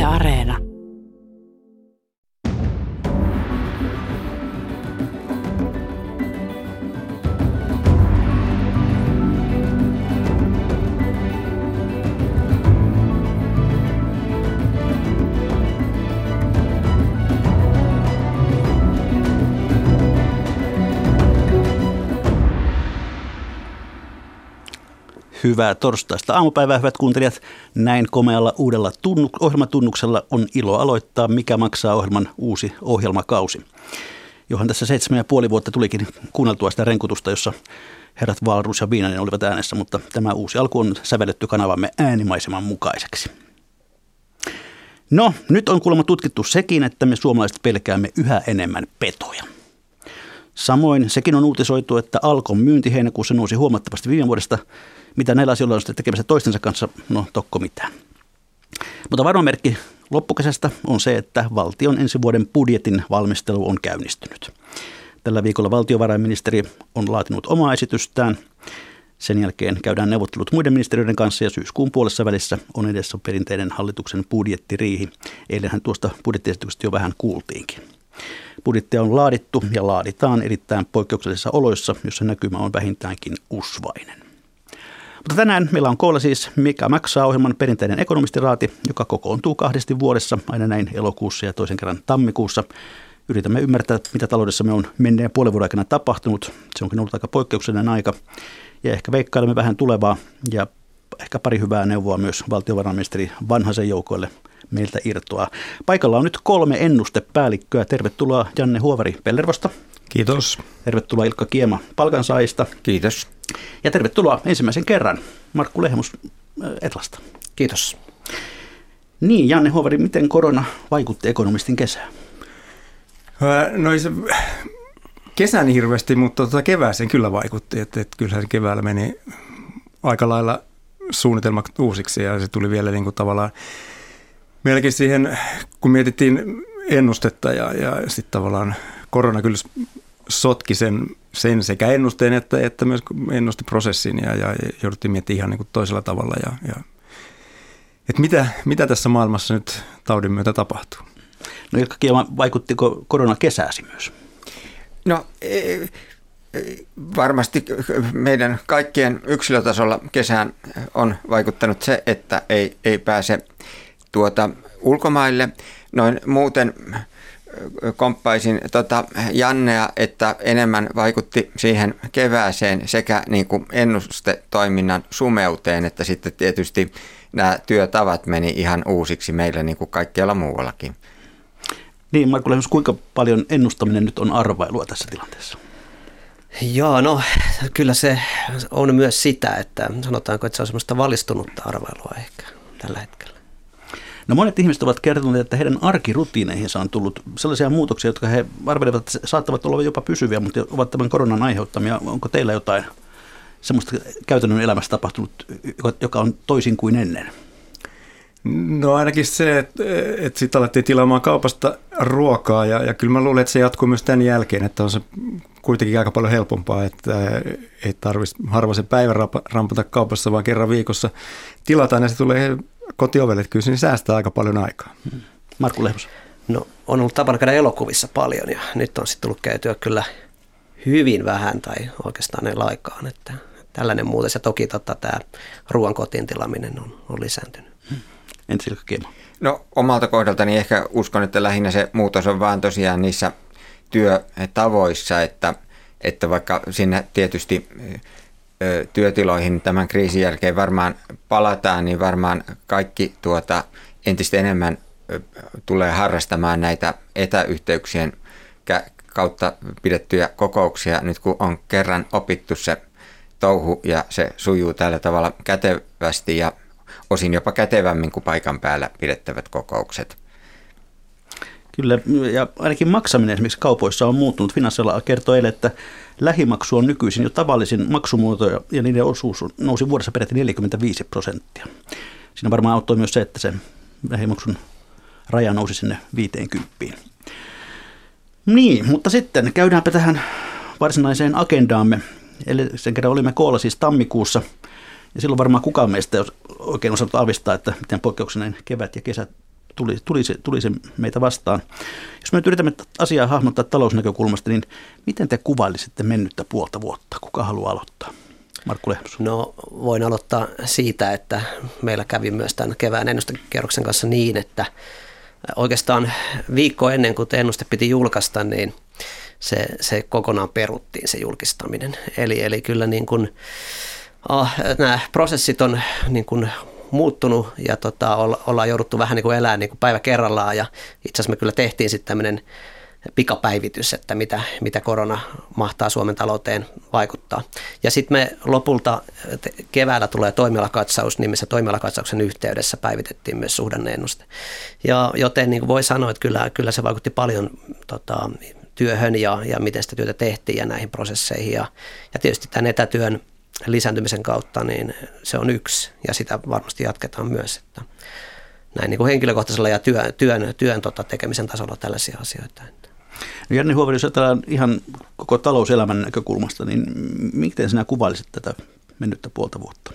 Areena. Hyvää torstaista aamupäivää, hyvät kuuntelijat. Näin komealla uudella ohjelmatunnuksella on ilo aloittaa Mikä maksaa -ohjelman uusi ohjelmakausi. Johan tässä 7,5 vuotta tulikin kuunneltua sitä renkutusta, jossa herrat Wahlroos ja Viinanen olivat äänessä, mutta tämä uusi alku on sävelletty kanavamme äänimaiseman mukaiseksi. No, nyt on kuulemma tutkittu sekin, että me suomalaiset pelkäämme yhä enemmän petoja. Samoin sekin on uutisoitu, että Alkon myynti heinäkuussa nousi huomattavasti viime vuodesta. Mitä näillä asioilla on sitten tekemässä toistensa kanssa? No, tokko mitään. Mutta varma merkki loppukesästä on se, että valtion ensi vuoden budjetin valmistelu on käynnistynyt. Tällä viikolla valtiovarainministeri on laatinut omaa esitystään. Sen jälkeen käydään neuvottelut muiden ministeriöiden kanssa ja syyskuun puolessa välissä on edessä perinteinen hallituksen budjettiriihi. Eilenhän tuosta budjettiesityksestä jo vähän kuultiinkin. Budjettia on laadittu ja laaditaan erittäin poikkeuksellisissa oloissa, jossa näkymä on vähintäänkin usvainen. Mutta tänään meillä on koolla siis Mikä maksaa -ohjelman perinteinen ekonomistiraati, joka kokoontuu 2 vuodessa, aina näin elokuussa ja toisen kerran tammikuussa. Yritämme ymmärtää, mitä taloudessa me on menneen puolen vuoden aikana tapahtunut. Se onkin ollut aika poikkeuksellinen aika. Ja ehkä veikkailemme vähän tulevaa ja ehkä pari hyvää neuvoa myös valtiovarainministeri Vanhasen joukoille meiltä irtoaa. Paikalla on nyt 3 ennustepäällikköä. Tervetuloa Janne Huovari Pellervosta. Kiitos. Tervetuloa Ilkka Kiema Palkansaajista. Kiitos. Ja tervetuloa ensimmäisen kerran Markku Lehmus Etlasta. Kiitos. Niin, Janne Huovari, miten korona vaikutti ekonomistin kesään? No ei se kesän hirveästi, mutta kevääseen kyllä vaikutti. Että kyllähän se keväällä meni aika lailla suunnitelmat uusiksi ja se tuli vielä niin kuin tavallaan melkein siihen, kun mietittiin ennustetta ja sitten tavallaan korona kyllä sotki sen sekä ennusteen että myös ennusteprosessin ja jouduttiin miettimään ihan niin kuin toisella tavalla. Että mitä tässä maailmassa nyt taudin myötä tapahtuu? No Ilkka Kiema, vaikuttiko korona kesääsi myös? No varmasti meidän kaikkien yksilötasolla kesään on vaikuttanut se, että ei pääse ulkomaille. Noin muuten komppaisin Jannea, että enemmän vaikutti siihen kevääseen sekä niin kuin ennustetoiminnan sumeuteen, että sitten tietysti nämä työtavat meni ihan uusiksi meillä niin kuin kaikkialla muuallakin. Niin, Markku Lehmus, kuinka paljon ennustaminen nyt on arvailua tässä tilanteessa? Joo, no kyllä se on myös sitä, että sanotaanko, että se on semmoista valistunutta arvailua ehkä tällä hetkellä. No monet ihmiset ovat kertoneet, että heidän arkirutiineihinsa on tullut sellaisia muutoksia, jotka he arvelevat, että saattavat olla jopa pysyviä, mutta ovat tämän koronan aiheuttamia. Onko teillä jotain semmoista käytännön elämässä tapahtunut, joka on toisin kuin ennen? No ainakin se, että sitten alettiin tilaamaan kaupasta ruokaa ja kyllä mä luulen, että se jatkuu myös tämän jälkeen, että on se kuitenkin aika paljon helpompaa, että ei tarvitsisi harva se päivän rampata kaupassa, vaan kerran viikossa tilataan ja se tulee kotiovelle, että kyllä se säästää aika paljon aikaa. Markku Lehmus. No on ollut tapana käydä elokuvissa paljon ja nyt on sitten tullut käytyä kyllä hyvin vähän tai oikeastaan ei laikaan, että tällainen muutos ja toki tämä ruoan kotiin tilaaminen on lisääntynyt. Entä Ilkka Kiema? No omalta kohdaltani ehkä uskon, että lähinnä se muutos on vaan tosiaan niissä työtavoissa, että vaikka sinne tietysti työtiloihin tämän kriisin jälkeen varmaan palataan, niin varmaan kaikki entistä enemmän tulee harrastamaan näitä etäyhteyksien kautta pidettyjä kokouksia, nyt kun on kerran opittu se touhu ja se sujuu tällä tavalla kätevästi ja osin jopa kätevämmin kuin paikan päällä pidettävät kokoukset. Kyllä, ja ainakin maksaminen esimerkiksi kaupoissa on muuttunut. Finanssiala kertoo eilen, että lähimaksu on nykyisin jo tavallisin maksumuoto ja niiden osuus nousi vuodessa peräti 45%. Siinä varmaan auttoi myös se, että se lähimaksun raja nousi sinne 50. Niin, mutta sitten käydäänpä tähän varsinaiseen agendaamme. Eli sen kerran olimme koolla siis tammikuussa. Ja silloin varmaan kukaan meistä ei oikein osannut aavistaa, että miten poikkeuksellinen kevät ja kesä tuli se meitä vastaan. Jos me nyt yritämme asiaa hahmottaa talousnäkökulmasta, niin miten te kuvailisitte mennyttä puolta vuotta? Kuka haluaa aloittaa? Markku Lehmus. No voin aloittaa siitä, että meillä kävi myös tämän kevään ennustekierroksen kanssa niin, että oikeastaan viikko ennen kuin ennuste piti julkaista, niin se kokonaan peruttiin se julkistaminen. Eli kyllä niin kuin, nämä prosessit on niin kuin muuttunut ja ollaan jouduttu vähän niin kuin elämään niin kuin päivä kerrallaan ja itse asiassa me kyllä tehtiin sitten tämmöinen pikapäivitys, että mitä korona mahtaa Suomen talouteen vaikuttaa. Ja sitten me lopulta keväällä tulee toimialakatsaus, niin missä toimialakatsauksen yhteydessä päivitettiin myös suhdanneennuste. Ja joten niin kuin voi sanoa, että kyllä se vaikutti paljon työhön ja miten sitä työtä tehtiin ja näihin prosesseihin. Ja tietysti tämän etätyön lisääntymisen kautta, niin se on yksi ja sitä varmasti jatketaan myös, että näin niin kuin henkilökohtaisella ja työn tekemisen tasolla tällaisia asioita. No Janne Huoveri, jos ajatellaan ihan koko talouselämän näkökulmasta, niin miten sinä kuvailisit tätä mennyttä puolta vuotta?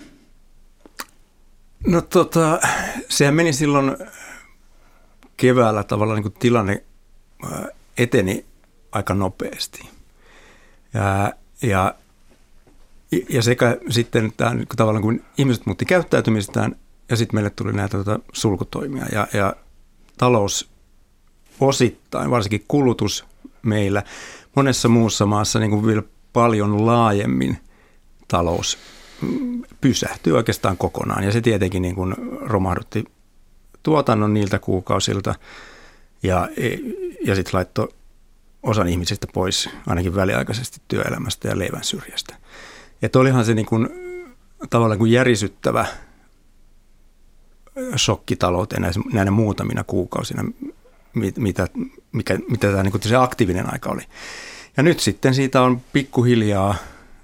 No sehän meni silloin keväällä tavallaan niin kuin tilanne eteni aika nopeasti. Ja sekä sitten tämän, tavallaan kun ihmiset muutti käyttäytymistään ja sitten meille tuli näitä sulkutoimia ja talous osittain, varsinkin kulutus meillä, monessa muussa maassa niin kuin vielä paljon laajemmin talous pysähtyi oikeastaan kokonaan ja se tietenkin niin kuin romahdutti tuotannon niiltä kuukausilta ja sitten laittoi osan ihmisistä pois ainakin väliaikaisesti työelämästä ja leivän syrjästä. Että olihan se niin kuin, tavallaan kuin järisyttävä shokki talouteen näinä muutamina kuukausina, mitä tämä, niin kuin se aktiivinen aika oli. Ja nyt sitten siitä on pikkuhiljaa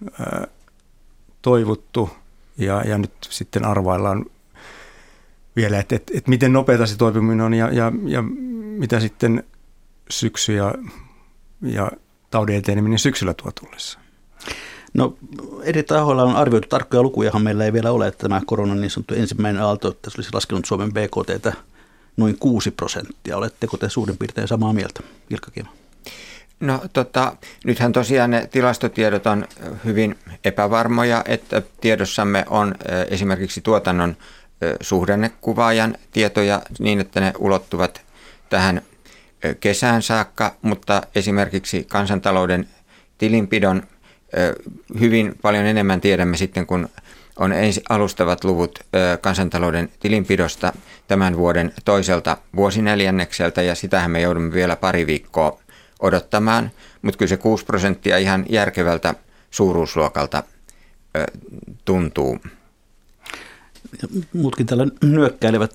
toivuttu ja nyt sitten arvaillaan vielä, että miten nopeata se toipuminen on ja mitä sitten syksy ja taudin eteneminen syksyllä tuo tullessa. No eri tahoilla on arvioitu, tarkkoja lukujahan meillä ei vielä ole, että tämä koronan niin sanottu ensimmäinen aalto, että se olisi laskenut Suomen BKT:tä noin 6%. Oletteko te suurin piirtein samaa mieltä, Ilkka Kiema? No nythän tosiaan ne tilastotiedot on hyvin epävarmoja, että tiedossamme on esimerkiksi tuotannon suhdannekuvaajan tietoja niin, että ne ulottuvat tähän kesään saakka, mutta esimerkiksi kansantalouden tilinpidon hyvin paljon enemmän tiedämme sitten, kun on alustavat luvut kansantalouden tilinpidosta tämän vuoden toiselta vuosineljännekseltä, ja sitähän me joudumme vielä pari viikkoa odottamaan, mutta kyllä se 6% ihan järkevältä suuruusluokalta tuntuu. Muutkin täällä nyökkäilevät.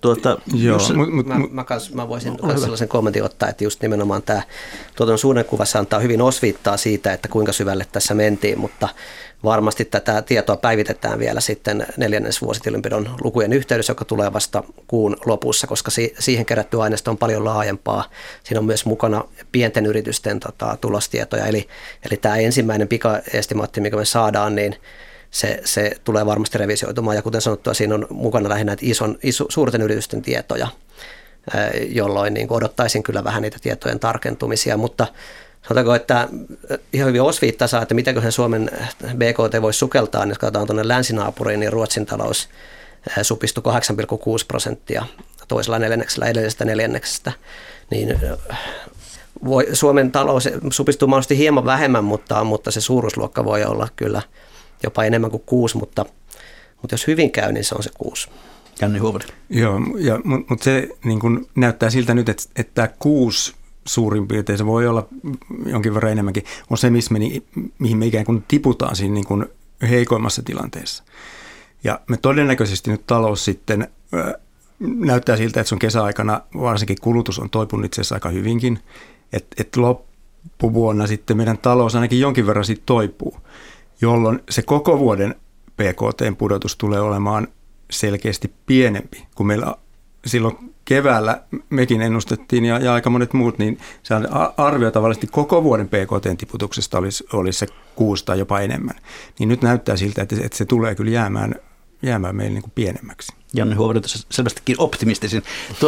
Mä voisin sellaisen kommentin ottaa, että just nimenomaan tämä suhdannekuvassa antaa hyvin osviittaa siitä, että kuinka syvälle tässä mentiin, mutta varmasti tätä tietoa päivitetään vielä sitten neljännesvuositilinpidon lukujen yhteydessä, joka tulee vasta kuun lopussa, koska siihen kerätty aineisto on paljon laajempaa. Siinä on myös mukana pienten yritysten tulostietoja, eli tämä ensimmäinen pikaestimaatti, mikä me saadaan, niin se tulee varmasti revisioitumaan, ja kuten sanottua, siinä on mukana lähinnä suurten yritysten tietoja, jolloin niin odottaisin kyllä vähän niitä tietojen tarkentumisia, mutta sanotaanko, että ihan hyvin osviittaa saa, että mitäköhän Suomen BKT voisi sukeltaa, niin jos katsotaan tuonne länsinaapuriin, niin Ruotsin talous supistui 8,6% toisella neljänneksellä edellisestä neljänneksestä, niin Suomen talous supistuu mahdollisesti hieman vähemmän, mutta se suuruusluokka voi olla kyllä jopa enemmän kuin 6, mutta jos hyvin käy, niin se on se 6. Janne Huoveri. Joo, mutta se niin kun näyttää siltä nyt, että tämä 6 suurin piirtein, se voi olla jonkin verran enemmänkin, on se, mihin me ikään kuin tiputaan siinä niin kuin heikoimmassa tilanteessa. Ja me todennäköisesti nyt talous sitten näyttää siltä, että se on kesäaikana, varsinkin kulutus on toipunut itse asiassa aika hyvinkin, että loppuvuonna sitten meidän talous ainakin jonkin verran siitä toipuu, jolloin se koko vuoden PKT-pudotus tulee olemaan selkeästi pienempi, kun meillä silloin keväällä mekin ennustettiin ja aika monet muut, niin se arvio tavallisesti koko vuoden PKT-tiputuksesta olisi se 6 tai jopa enemmän. Niin nyt näyttää siltä, että se tulee kyllä jäämään meille niin kuin pienemmäksi. Janne Huovinen tässä selvästikin optimistisin.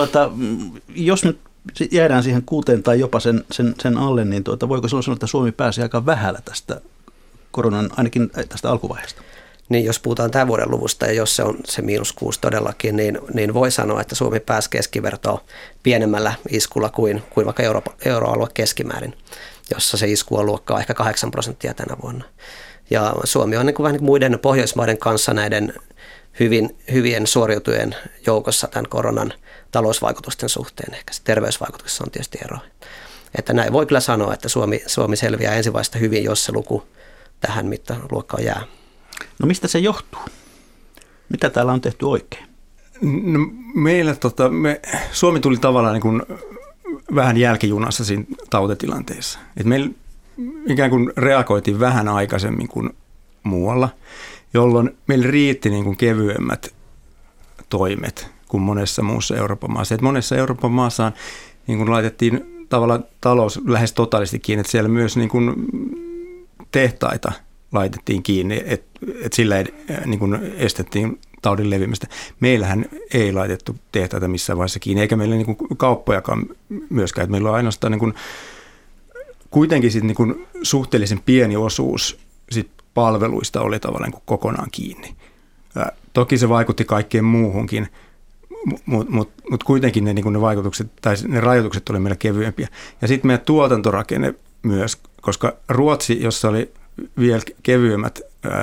Jos nyt jäädään siihen 6 tai jopa sen alle, niin voiko silloin sanoa, että Suomi pääsee aika vähällä tästä koronan, ainakin tästä alkuvaiheesta? Niin jos puhutaan tämän vuoden luvusta ja jos se on se -6 todellakin, niin voi sanoa, että Suomi pääsi keskivertoon pienemmällä iskulla kuin vaikka euroalue keskimäärin, jossa se isku on luokkaa ehkä 8% tänä vuonna. Ja Suomi on vähän niin kuin muiden Pohjoismaiden kanssa näiden hyvien suoriutujien joukossa tämän koronan talousvaikutusten suhteen. Ehkä se terveysvaikutuksessa on tietysti ero. Että näin voi kyllä sanoa, että Suomi selviää ensi vaiheesta hyvin, jos se luku tähän mittaluokkaan jää. No mistä se johtuu? Mitä täällä on tehty oikein? No, meillä Suomi tuli tavallaan niin kuin vähän jälkijunassa siinä tautitilanteessa. Et meillä ikään kuin reagoitiin vähän aikaisemmin kuin muualla, jolloin meillä riitti niin kuin kevyemmät toimet kuin monessa muussa Euroopan maassa. Et monessa Euroopan maassa niin kuin laitettiin tavallaan talous lähes totaalisti kiinni, että siellä myös niin kuin tehtaita laitettiin kiinni, että sillä niin kuin estettiin taudin levimistä. Meillähän ei laitettu tehtaita missään vaiheessa kiinni, eikä meillä niin kuin kauppojakaan myöskään. Että meillä on ainoastaan niin kuin, kuitenkin sit niin kuin suhteellisen pieni osuus sit palveluista oli tavallaan niin kuin kokonaan kiinni. Toki se vaikutti kaikkeen muuhunkin, mutta kuitenkin ne, niin kuin ne vaikutukset tai ne rajoitukset oli meillä kevyempiä. Ja sitten meidän tuotantorakenne myös, koska Ruotsi, jossa oli vielä kevyemmät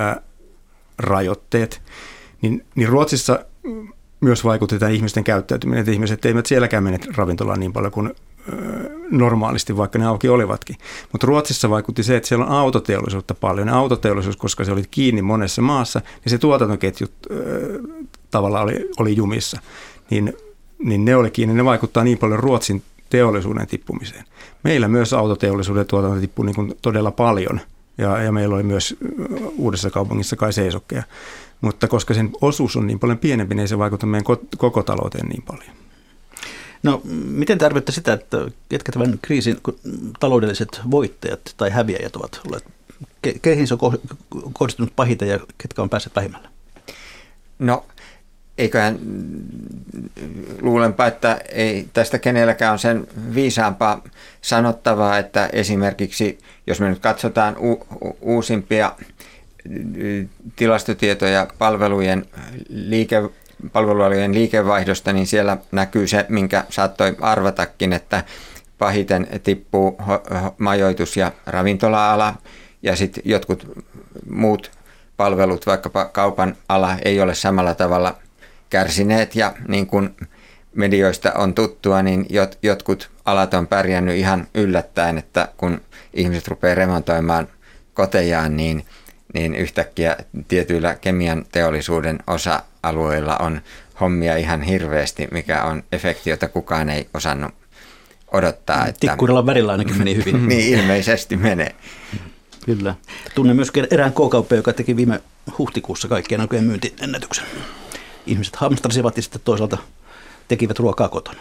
rajoitteet, niin Ruotsissa myös vaikutti tämä ihmisten käyttäytyminen, että ihmiset eivät sielläkään mene ravintolaan niin paljon kuin normaalisti, vaikka ne auki olivatkin. Mutta Ruotsissa vaikutti se, että siellä on autoteollisuutta paljon. Ja autoteollisuus, koska se oli kiinni monessa maassa, niin se tuotantoketjut tavallaan oli jumissa. Niin ne oli kiinni, ne vaikuttaa niin paljon Ruotsin teollisuuden tippumiseen. Meillä myös autoteollisuuden tuotanto tippui niin kuin todella paljon. Ja meillä oli myös Uudessa kaupungissa kai seisokkeja. Mutta koska sen osuus on niin paljon pienempi, niin ei se vaikuta meidän koko talouteen niin paljon. No, miten te arvioitte sitä, että ketkä tämän kriisin taloudelliset voittajat tai häviäjät ovat olleet? Keihin se on kohdistunut pahiten ja ketkä on päässeet vähimmällä? No, eiköhän luulenpa, että ei tästä kenelläkään on sen viisaampaa sanottavaa, että esimerkiksi jos me nyt katsotaan uusimpia tilastotietoja palvelualojen liikevaihdosta, niin siellä näkyy se, minkä saattoi arvatakin, että pahiten tippuu majoitus- ja ravintola-ala ja sitten jotkut muut palvelut, vaikkapa kaupan ala, ei ole samalla tavalla kärsineet ja niin kuin medioista on tuttua, niin jotkut alat on pärjännyt ihan yllättäen, että kun ihmiset rupeaa remontoimaan kotejaan, niin yhtäkkiä tietyillä kemian teollisuuden osa-alueilla on hommia ihan hirveästi, mikä on efekti, jota kukaan ei osannut odottaa. Tikkurilla värillä ainakin meni hyvin. Niin ilmeisesti menee. Kyllä. Tunnen myös erään K-kauppa, joka teki viime huhtikuussa kaikkien aikojen myyntiennätyksen. Ihmiset hamstrasivat ja sitten toisaalta tekivät ruokaa kotona.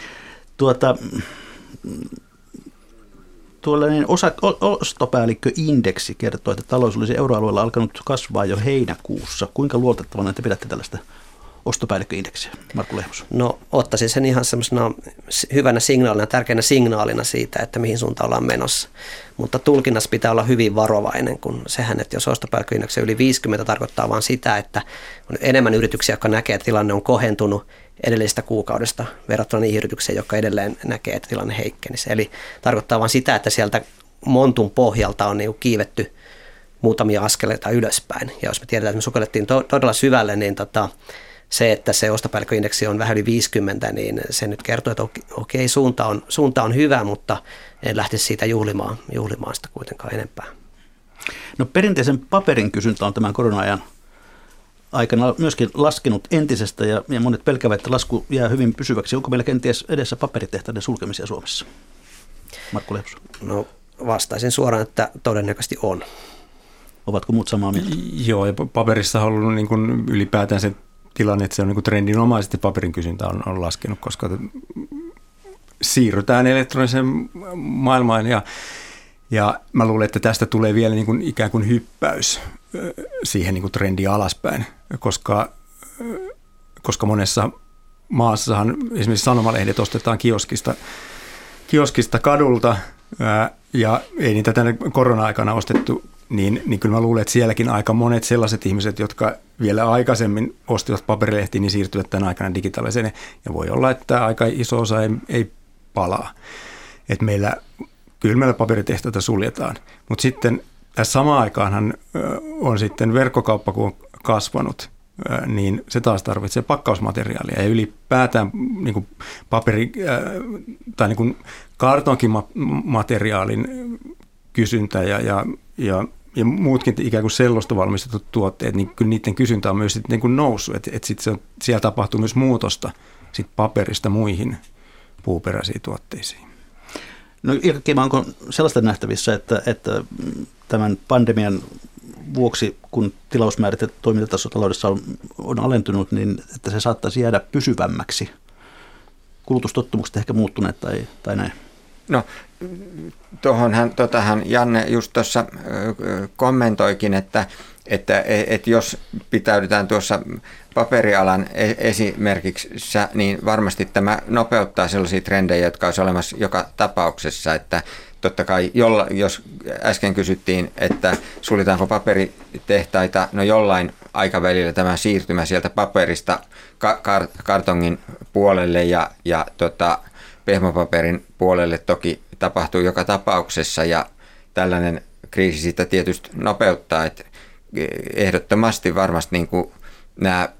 Tuollainen ostopäällikköindeksi kertoo, että talous olisi euroalueella alkanut kasvaa jo heinäkuussa. Kuinka luotettavana te pidätte tällaista ostopäällikköindeksiä, Markku Lehmus? No ottaisin sen ihan semmoisena hyvänä signaalina, tärkeänä signaalina siitä, että mihin suuntaan ollaan menossa. Mutta tulkinnassa pitää olla hyvin varovainen, kun sehän, että jos ostopäällikköindeksi yli 50 tarkoittaa vain sitä, että on enemmän yrityksiä, jotka näkee, että tilanne on kohentunut edellisestä kuukaudesta verrattuna niihin yrityksiin, jotka edelleen näkee, että tilanne heikkenisi. Eli tarkoittaa vain sitä, että sieltä montun pohjalta on niin kiivetty muutamia askeleita ylöspäin. Ja jos me tiedetään, että me sukellettiin todella syvälle, niin se, että se ostopäällikköindeksi on vähän yli 50, niin se nyt kertoo, että okei, suunta on hyvä, mutta en lähtisi siitä juhlimaan sitä kuitenkaan enempää. No perinteisen paperin kysyntä on tämän korona-ajan aikana myöskin laskenut entisestä ja monet pelkävät, että lasku jää hyvin pysyväksi. Onko meillä kenties edessä paperitehtaiden sulkemisia Suomessa? Markku Lehmus. No vastaisin suoraan, että todennäköisesti on. Ovatko muut samaa mieltä? Joo, ja paperissa on ollut niin kuin ylipäätään se tilanne, että se on niin kuin trendinomaisesti paperin kysyntä on laskenut, koska siirrytään elektroniseen maailmaan ja mä luulen, että tästä tulee vielä niin kuin ikään kuin hyppäys siihen niin kuin trendiin alaspäin, koska koska monessa maassahan esimerkiksi sanomalehdet ostetaan kioskista kadulta ja ei niitä tänne korona-aikana ostettu, niin kyllä mä luulen, että sielläkin aika monet sellaiset ihmiset, jotka vielä aikaisemmin ostivat paperilehtiä, niin siirtyvät tämän aikana digitaaliseen. Ja voi olla, että aika iso osa ei palaa. Että kyllä meillä paperitehtaita suljetaan. Mutta sitten tässä samaan aikaanhan on sitten verkkokauppa, kun on kasvanut, niin se taas tarvitsee pakkausmateriaalia. Ja ylipäätään niin kuin paperi tai niin kuin kartonkimateriaalin kysyntä ja muutkin ikään kuin sellosta valmistetut tuotteet, niin kyllä niiden kysyntä on myös sitten niin kuin noussut. Että sitten siellä tapahtuu myös muutosta sit paperista muihin puuperäisiin tuotteisiin. No Ilkka Kiima, onko sellaista nähtävissä, että tämän pandemian vuoksi, kun tilausmäärät ja toimintataso taloudessa on alentunut, niin että se saattaisi jäädä pysyvämmäksi? Kulutustottumukset ehkä muuttuneet tai näin? No, totahan Janne just tuossa kommentoikin, että jos pitäydytään tuossa paperialan esimerkiksi, niin varmasti tämä nopeuttaa sellaisia trendejä, jotka olisi olemassa joka tapauksessa, että totta kai, jos äsken kysyttiin, että suljetaanko paperitehtaita, no jollain aikavälillä tämä siirtymä sieltä paperista kartongin puolelle ja pehmopaperin puolelle toki tapahtuu joka tapauksessa ja tällainen kriisi sitä tietysti nopeuttaa, että ehdottomasti varmasti niin kuin nämä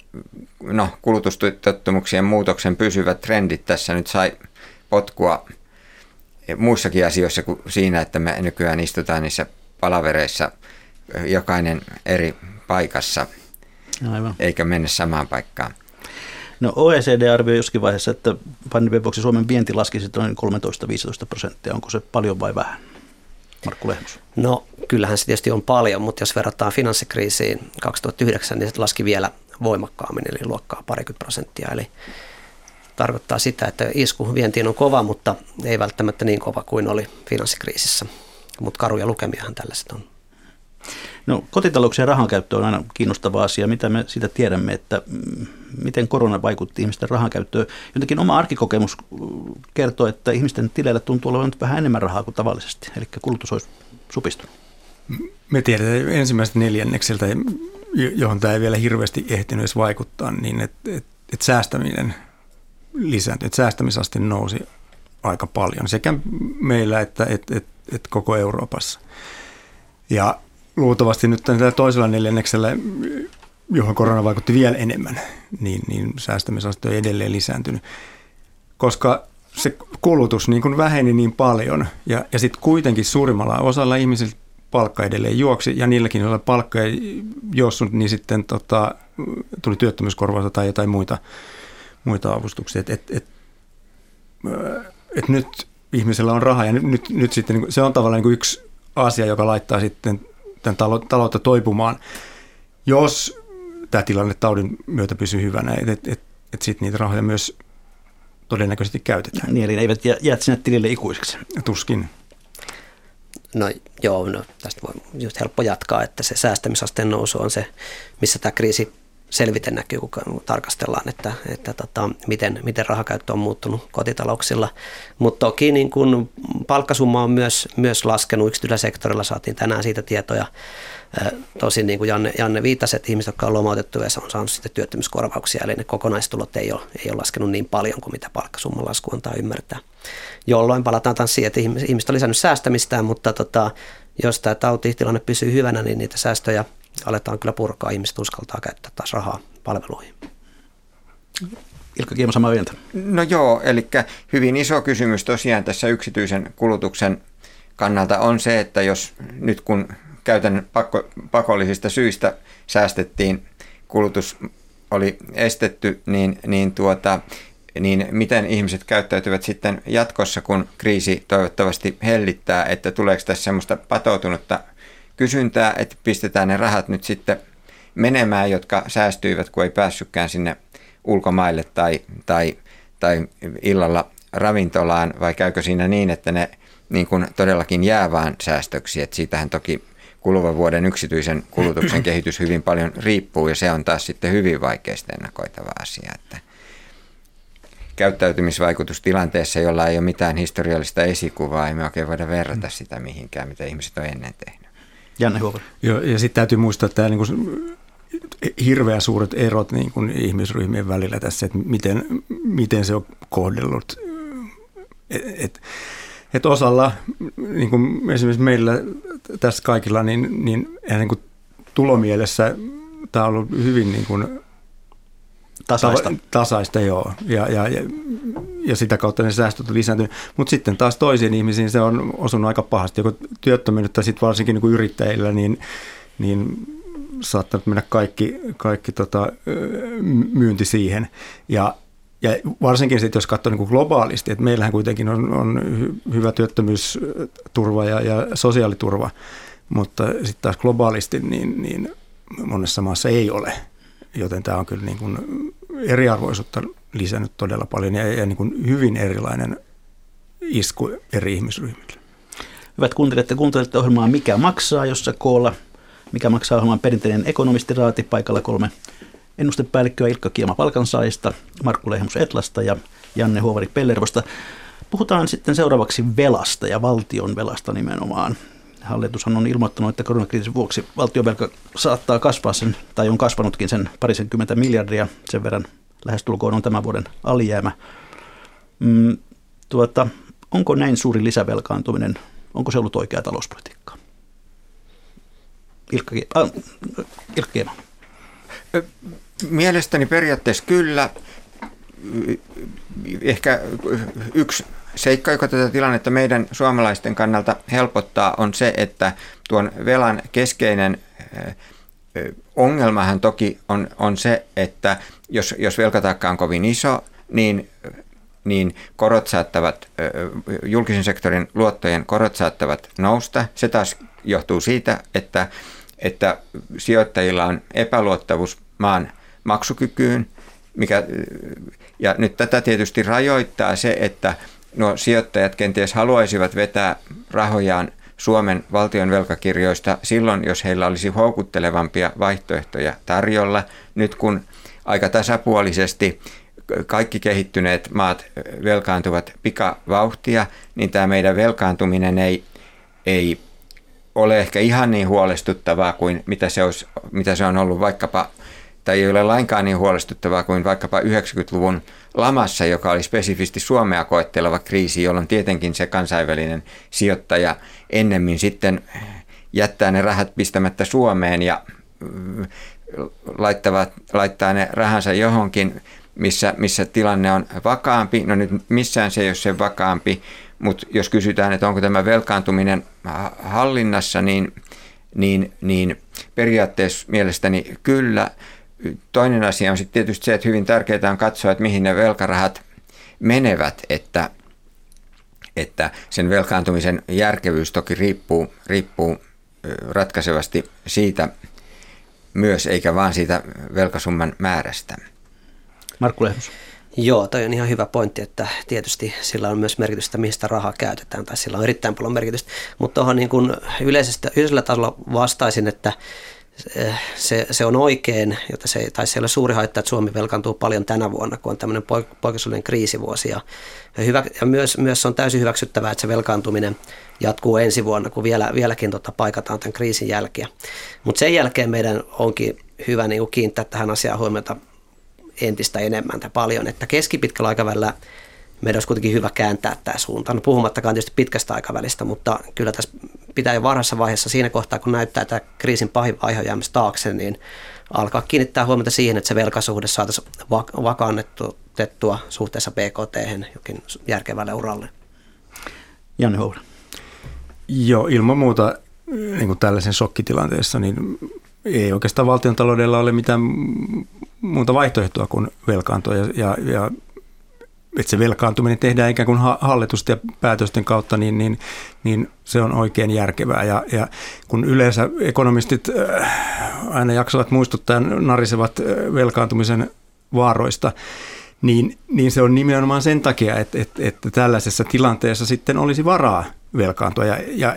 kulutustottumuksien muutoksen pysyvät trendit tässä nyt sai potkua muissakin asioissa kuin siinä, että me nykyään istutaan niissä palavereissa jokainen eri paikassa. Aivan. Eikä mennä samaan paikkaan. No OECD arvioi jossakin vaiheessa, että pandemian vuoksi Suomen vienti laskisi noin 13-15%. Onko se paljon vai vähän? Markku Lehmus. No kyllähän se tietysti on paljon, mutta jos verrataan finanssikriisiin 2009, niin se laski vielä voimakkaammin, eli luokkaa 20%. Eli tarkoittaa sitä, että isku vientiin on kova, mutta ei välttämättä niin kova kuin oli finanssikriisissä. Mutta karuja lukemiahan tällaiset on. No, kotitalouksien rahankäyttö on aina kiinnostava asia. Mitä me siitä tiedämme, että miten korona vaikutti ihmisten rahankäyttöön? Jotenkin oma arkikokemus kertoo, että ihmisten tileillä tuntuu olevan vähän enemmän rahaa kuin tavallisesti, eli kulutus olisi supistunut. Me tiedetään ensimmäisestä neljännekseltä, johon tämä ei vielä hirveästi ehtinyt edes vaikuttaa, niin että säästäminen lisääntyi, että säästämisaste nousi aika paljon sekä meillä että koko Euroopassa. Ja luultavasti nyt tällä toisella neljänneksellä, johon korona vaikutti vielä enemmän, niin säästämisaste on edelleen lisääntynyt, koska se kulutus niin kuin väheni niin paljon ja sitten kuitenkin suurimmalla osalla ihmisillä palkka edelleen juoksi ja niilläkin, joilla palkka ei juossut, niin sitten tuli työttömyyskorvausta tai jotain muita avustuksia. Et nyt ihmisellä on rahaa ja nyt sitten se on tavallaan niin kuin yksi asia, joka laittaa sitten tämän taloutta toipumaan, jos tämä tilanne taudin myötä pysyy hyvänä, että sitten niitä rahoja myös todennäköisesti käytetään. Niin, eli ne eivät jää sinne tilille ikuisiksi. Tuskin. No joo, tästä voi just helppo jatkaa, että se säästämisasteen nousu on se, missä tämä kriisi selviten näkyy, kun tarkastellaan, että miten rahakäyttö on muuttunut kotitalouksilla. Mutta toki niin kun palkkasumma on myös laskenut yksityisellä sektorilla, saatiin tänään siitä tietoja. Tosin niin kuin Janne viittasi, että ihmiset, jotka on lomautettu ja on saanut sitten työttömyyskorvauksia, eli ne kokonaistulot ei ole laskenut niin paljon kuin mitä palkkasumman lasku antaa ymmärtää. Jolloin palataan taas siihen, että ihmiset on lisännyt säästämistään, mutta jos tämä tautitilanne pysyy hyvänä, niin niitä säästöjä aletaan kyllä purkaa. Ihmiset uskaltaa käyttää taas rahaa palveluihin. Ilkka Kiima, samaa mieltä. No joo, eli hyvin iso kysymys tosiaan tässä yksityisen kulutuksen kannalta on se, että jos nyt kun käytännön pakollisista syistä säästettiin, kulutus oli estetty, niin miten ihmiset käyttäytyvät sitten jatkossa, kun kriisi toivottavasti hellittää, että tuleeko tässä semmoista patoutunutta kysyntää, että pistetään ne rahat nyt sitten menemään, jotka säästyivät, kun ei päässytkään sinne ulkomaille tai illalla ravintolaan, vai käykö siinä niin, että ne niin kuin todellakin jää vaan säästöksi, että siitähän toki kuluvan vuoden yksityisen kulutuksen kehitys hyvin paljon riippuu, ja se on taas sitten hyvin vaikeasti ennakoitava asia, että käyttäytymisvaikutus tilanteessa, jolla ei ole mitään historiallista esikuvaa, ei me oikein voida verrata sitä mihinkään, mitä ihmiset on ennen tehnyt. Janne Huovari. Joo, ja sitten täytyy muistaa, että tämä niin kuin hirveän suuret erot niin kuin ihmisryhmien välillä tässä, että miten se on kohdellut. Et osalla, niin kuin esimerkiksi meillä tässä kaikilla, niin tulomielessä tämä on ollut hyvin niin kuin tasaista, joo. Ja sitä kautta ne säästöt on lisääntynyt. Mutta sitten taas toisiin ihmisiin se on osunut aika pahasti. Joko työttömyyttä tai sitten varsinkin niin kuin yrittäjillä, niin saattaa mennä kaikki myynti siihen. Ja varsinkin sitten, jos katsoo niin kuin globaalisti, että meillähän kuitenkin on hyvä työttömyysturva ja sosiaaliturva, mutta sitten taas globaalisti niin monessa maassa ei ole. Joten tämä on kyllä niin kuin eriarvoisuutta lisännyt todella paljon ja niin kuin hyvin erilainen isku eri ihmisryhmille. Hyvät kuuntelijat, kuuntelette ohjelmaa Mikä maksaa, jossa koolla Mikä maksaa ohjelman perinteinen ekonomistiraati, paikalla 3 ennustepäällikköä, Ilkka Kiema palkansaajista, Markku Lehmus Etlasta ja Janne Huovari Pellervosta. Puhutaan sitten seuraavaksi velasta ja valtion velasta nimenomaan. Hallitushan on ilmoittanut, että koronakriisin vuoksi valtionvelka saattaa kasvaa sen, tai on kasvanutkin sen 20 miljardia, sen verran lähestulkoon on tämän vuoden alijäämä. Onko näin suuri lisävelkaantuminen, onko se ollut oikea talouspolitiikkaa? Ilkka Kiema. Mielestäni periaatteessa kyllä. Ehkä yksi seikka, joka tätä tilannetta meidän suomalaisten kannalta helpottaa, on se, että tuon velan keskeinen ongelmahan toki on se, että jos velkataakka on kovin iso, niin korot saattavat, julkisen sektorin luottojen korot saattavat nousta. Se taas johtuu siitä, että sijoittajilla on epäluottamus maan maksukykyyn, ja nyt tätä tietysti rajoittaa se, että nuo sijoittajat kenties haluaisivat vetää rahojaan Suomen valtion velkakirjoista silloin, jos heillä olisi houkuttelevampia vaihtoehtoja tarjolla. Nyt kun aika tasapuolisesti kaikki kehittyneet maat velkaantuvat pikavauhtia, niin tämä meidän velkaantuminen ei ole ehkä ihan niin huolestuttavaa kuin mitä se on ollut vaikkapa, tai ei ole lainkaan niin huolestuttavaa kuin vaikkapa 90-luvun lamassa, joka oli spesifisti Suomea koetteleva kriisi, jolloin tietenkin se kansainvälinen sijoittaja ennemmin sitten jättää ne rahat pistämättä Suomeen ja laittaa ne rahansa johonkin, missä tilanne on vakaampi. No nyt missään se ei ole sen vakaampi, mutta jos kysytään, että onko tämä velkaantuminen hallinnassa, niin periaatteessa mielestäni kyllä. Toinen asia on sitten tietysti se, että hyvin tärkeää on katsoa, että mihin ne velkarahat menevät, että sen velkaantumisen järkevyys toki riippuu ratkaisevasti siitä myös, eikä vaan siitä velkasumman määrästä. Markku Lehmus. Joo, toi on ihan hyvä pointti, että tietysti sillä on myös merkitystä, mistä rahaa käytetään, tai sillä on erittäin paljon merkitystä, mutta tuohon niin kuin yleisellä tasolla vastaisin, että se on oikein, jotta se ei ole suuri haitta, että Suomi velkaantuu paljon tänä vuonna, kun on tämmöinen poikkeuksellinen kriisivuosi. Ja myös on täysin hyväksyttävää, että se velkaantuminen jatkuu ensi vuonna, kun vieläkin paikataan tämän kriisin jälkiä. Mutta sen jälkeen meidän onkin hyvä niin kuin kiinnittää tähän asiaan huomiota entistä enemmän tai paljon, että keskipitkällä aikavälillä meidän olisi kuitenkin hyvä kääntää tämä suunta. No, puhumattakaan tietysti pitkästä aikavälistä, mutta kyllä tässä pitää jo varhaisessa vaiheessa siinä kohtaa, kun näyttää, että kriisin pahin vaihe on jäämässä taakse, niin alkaa kiinnittää huomiota siihen, että se velkasuhde saataisiin vakaannettua suhteessa BKT:hen jokin järkevälle uralle. Janne Huovari. Joo, ilman muuta niin kuin tällaisen shokkitilanteessa, niin ei oikeastaan valtiontaloudella ole mitään muuta vaihtoehtoa kuin velkaantua ja että se velkaantuminen tehdään ikään kuin hallitusten ja päätösten kautta, niin se on oikein järkevää. Ja kun yleensä ekonomistit aina jaksavat muistuttaa narisevat velkaantumisen vaaroista, niin se on nimenomaan sen takia, että tällaisessa tilanteessa sitten olisi varaa velkaantua. Ja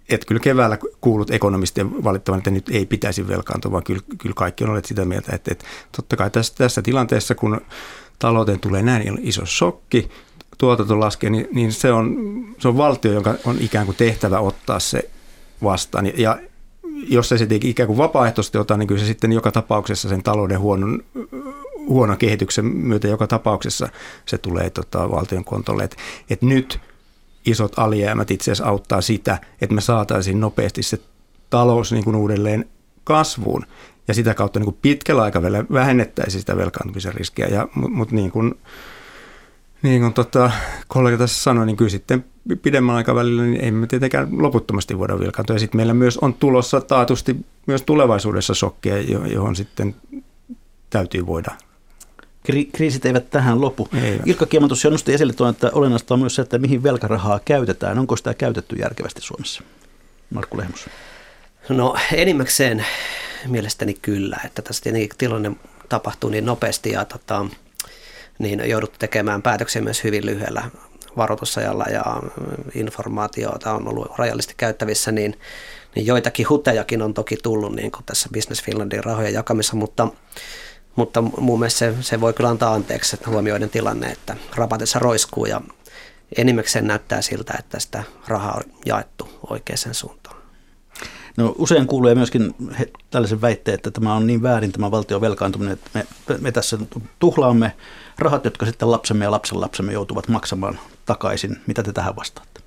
että kyllä keväällä kuulut ekonomistien valittavan, että nyt ei pitäisi velkaantua, vaan kyllä kaikki on olleet sitä mieltä, että totta kai tässä tilanteessa, kun talouteen tulee näin iso shokki, tuotanto laskee, niin se on valtio, jonka on ikään kuin tehtävä ottaa se vastaan. Ja jos se sitten ikään kuin vapaaehtoisesti ottaa, niin kyllä se sitten joka tapauksessa sen talouden huonon kehityksen myötä joka tapauksessa se tulee valtion kontolle. Et nyt isot alijäämät itse asiassa auttaa sitä, että me saataisiin nopeasti se talous niin kuin uudelleen kasvuun ja sitä kautta niin kuin pitkällä aikavälillä vähennettäisiin sitä velkaantumisen riskiä. Mutta niin kuin kollega tässä sanoi, niin kyllä sitten pidemmän aikavälillä niin ei me tietenkään loputtomasti voida velkaantua. Ja sitten meillä myös on tulossa taatusti myös tulevaisuudessa shokkeja, johon sitten täytyy voida. Kriisit eivät tähän lopu. Ilkka Kieman tuossa nosti esille tuon, että olennaista on myös se, että mihin velkarahaa käytetään. Onko sitä käytetty järkevästi Suomessa? Markku Lehmus. No enimmäkseen mielestäni kyllä, että tässä tietenkin tilanne tapahtuu niin nopeasti ja niin jouduttu tekemään päätöksiä myös hyvin lyhyellä varoitusajalla ja informaatiota on ollut rajallisesti käyttävissä, niin joitakin hutejakin on toki tullut niin kuin tässä Business Finlandin rahojen jakamisessa, mutta mun mielestä se voi kyllä antaa anteeksi, että huomioiden tilanne, että rapatessa roiskuu ja enimmäkseen näyttää siltä, että sitä rahaa on jaettu oikeaan suuntaan. No, usein kuulee myöskin tällaisen väitteen, että tämä on niin väärin tämä valtion velkaantuminen, että me tässä tuhlaamme rahat, jotka sitten lapsemme ja lapsenlapsemme joutuvat maksamaan takaisin. Mitä te tähän vastaatte?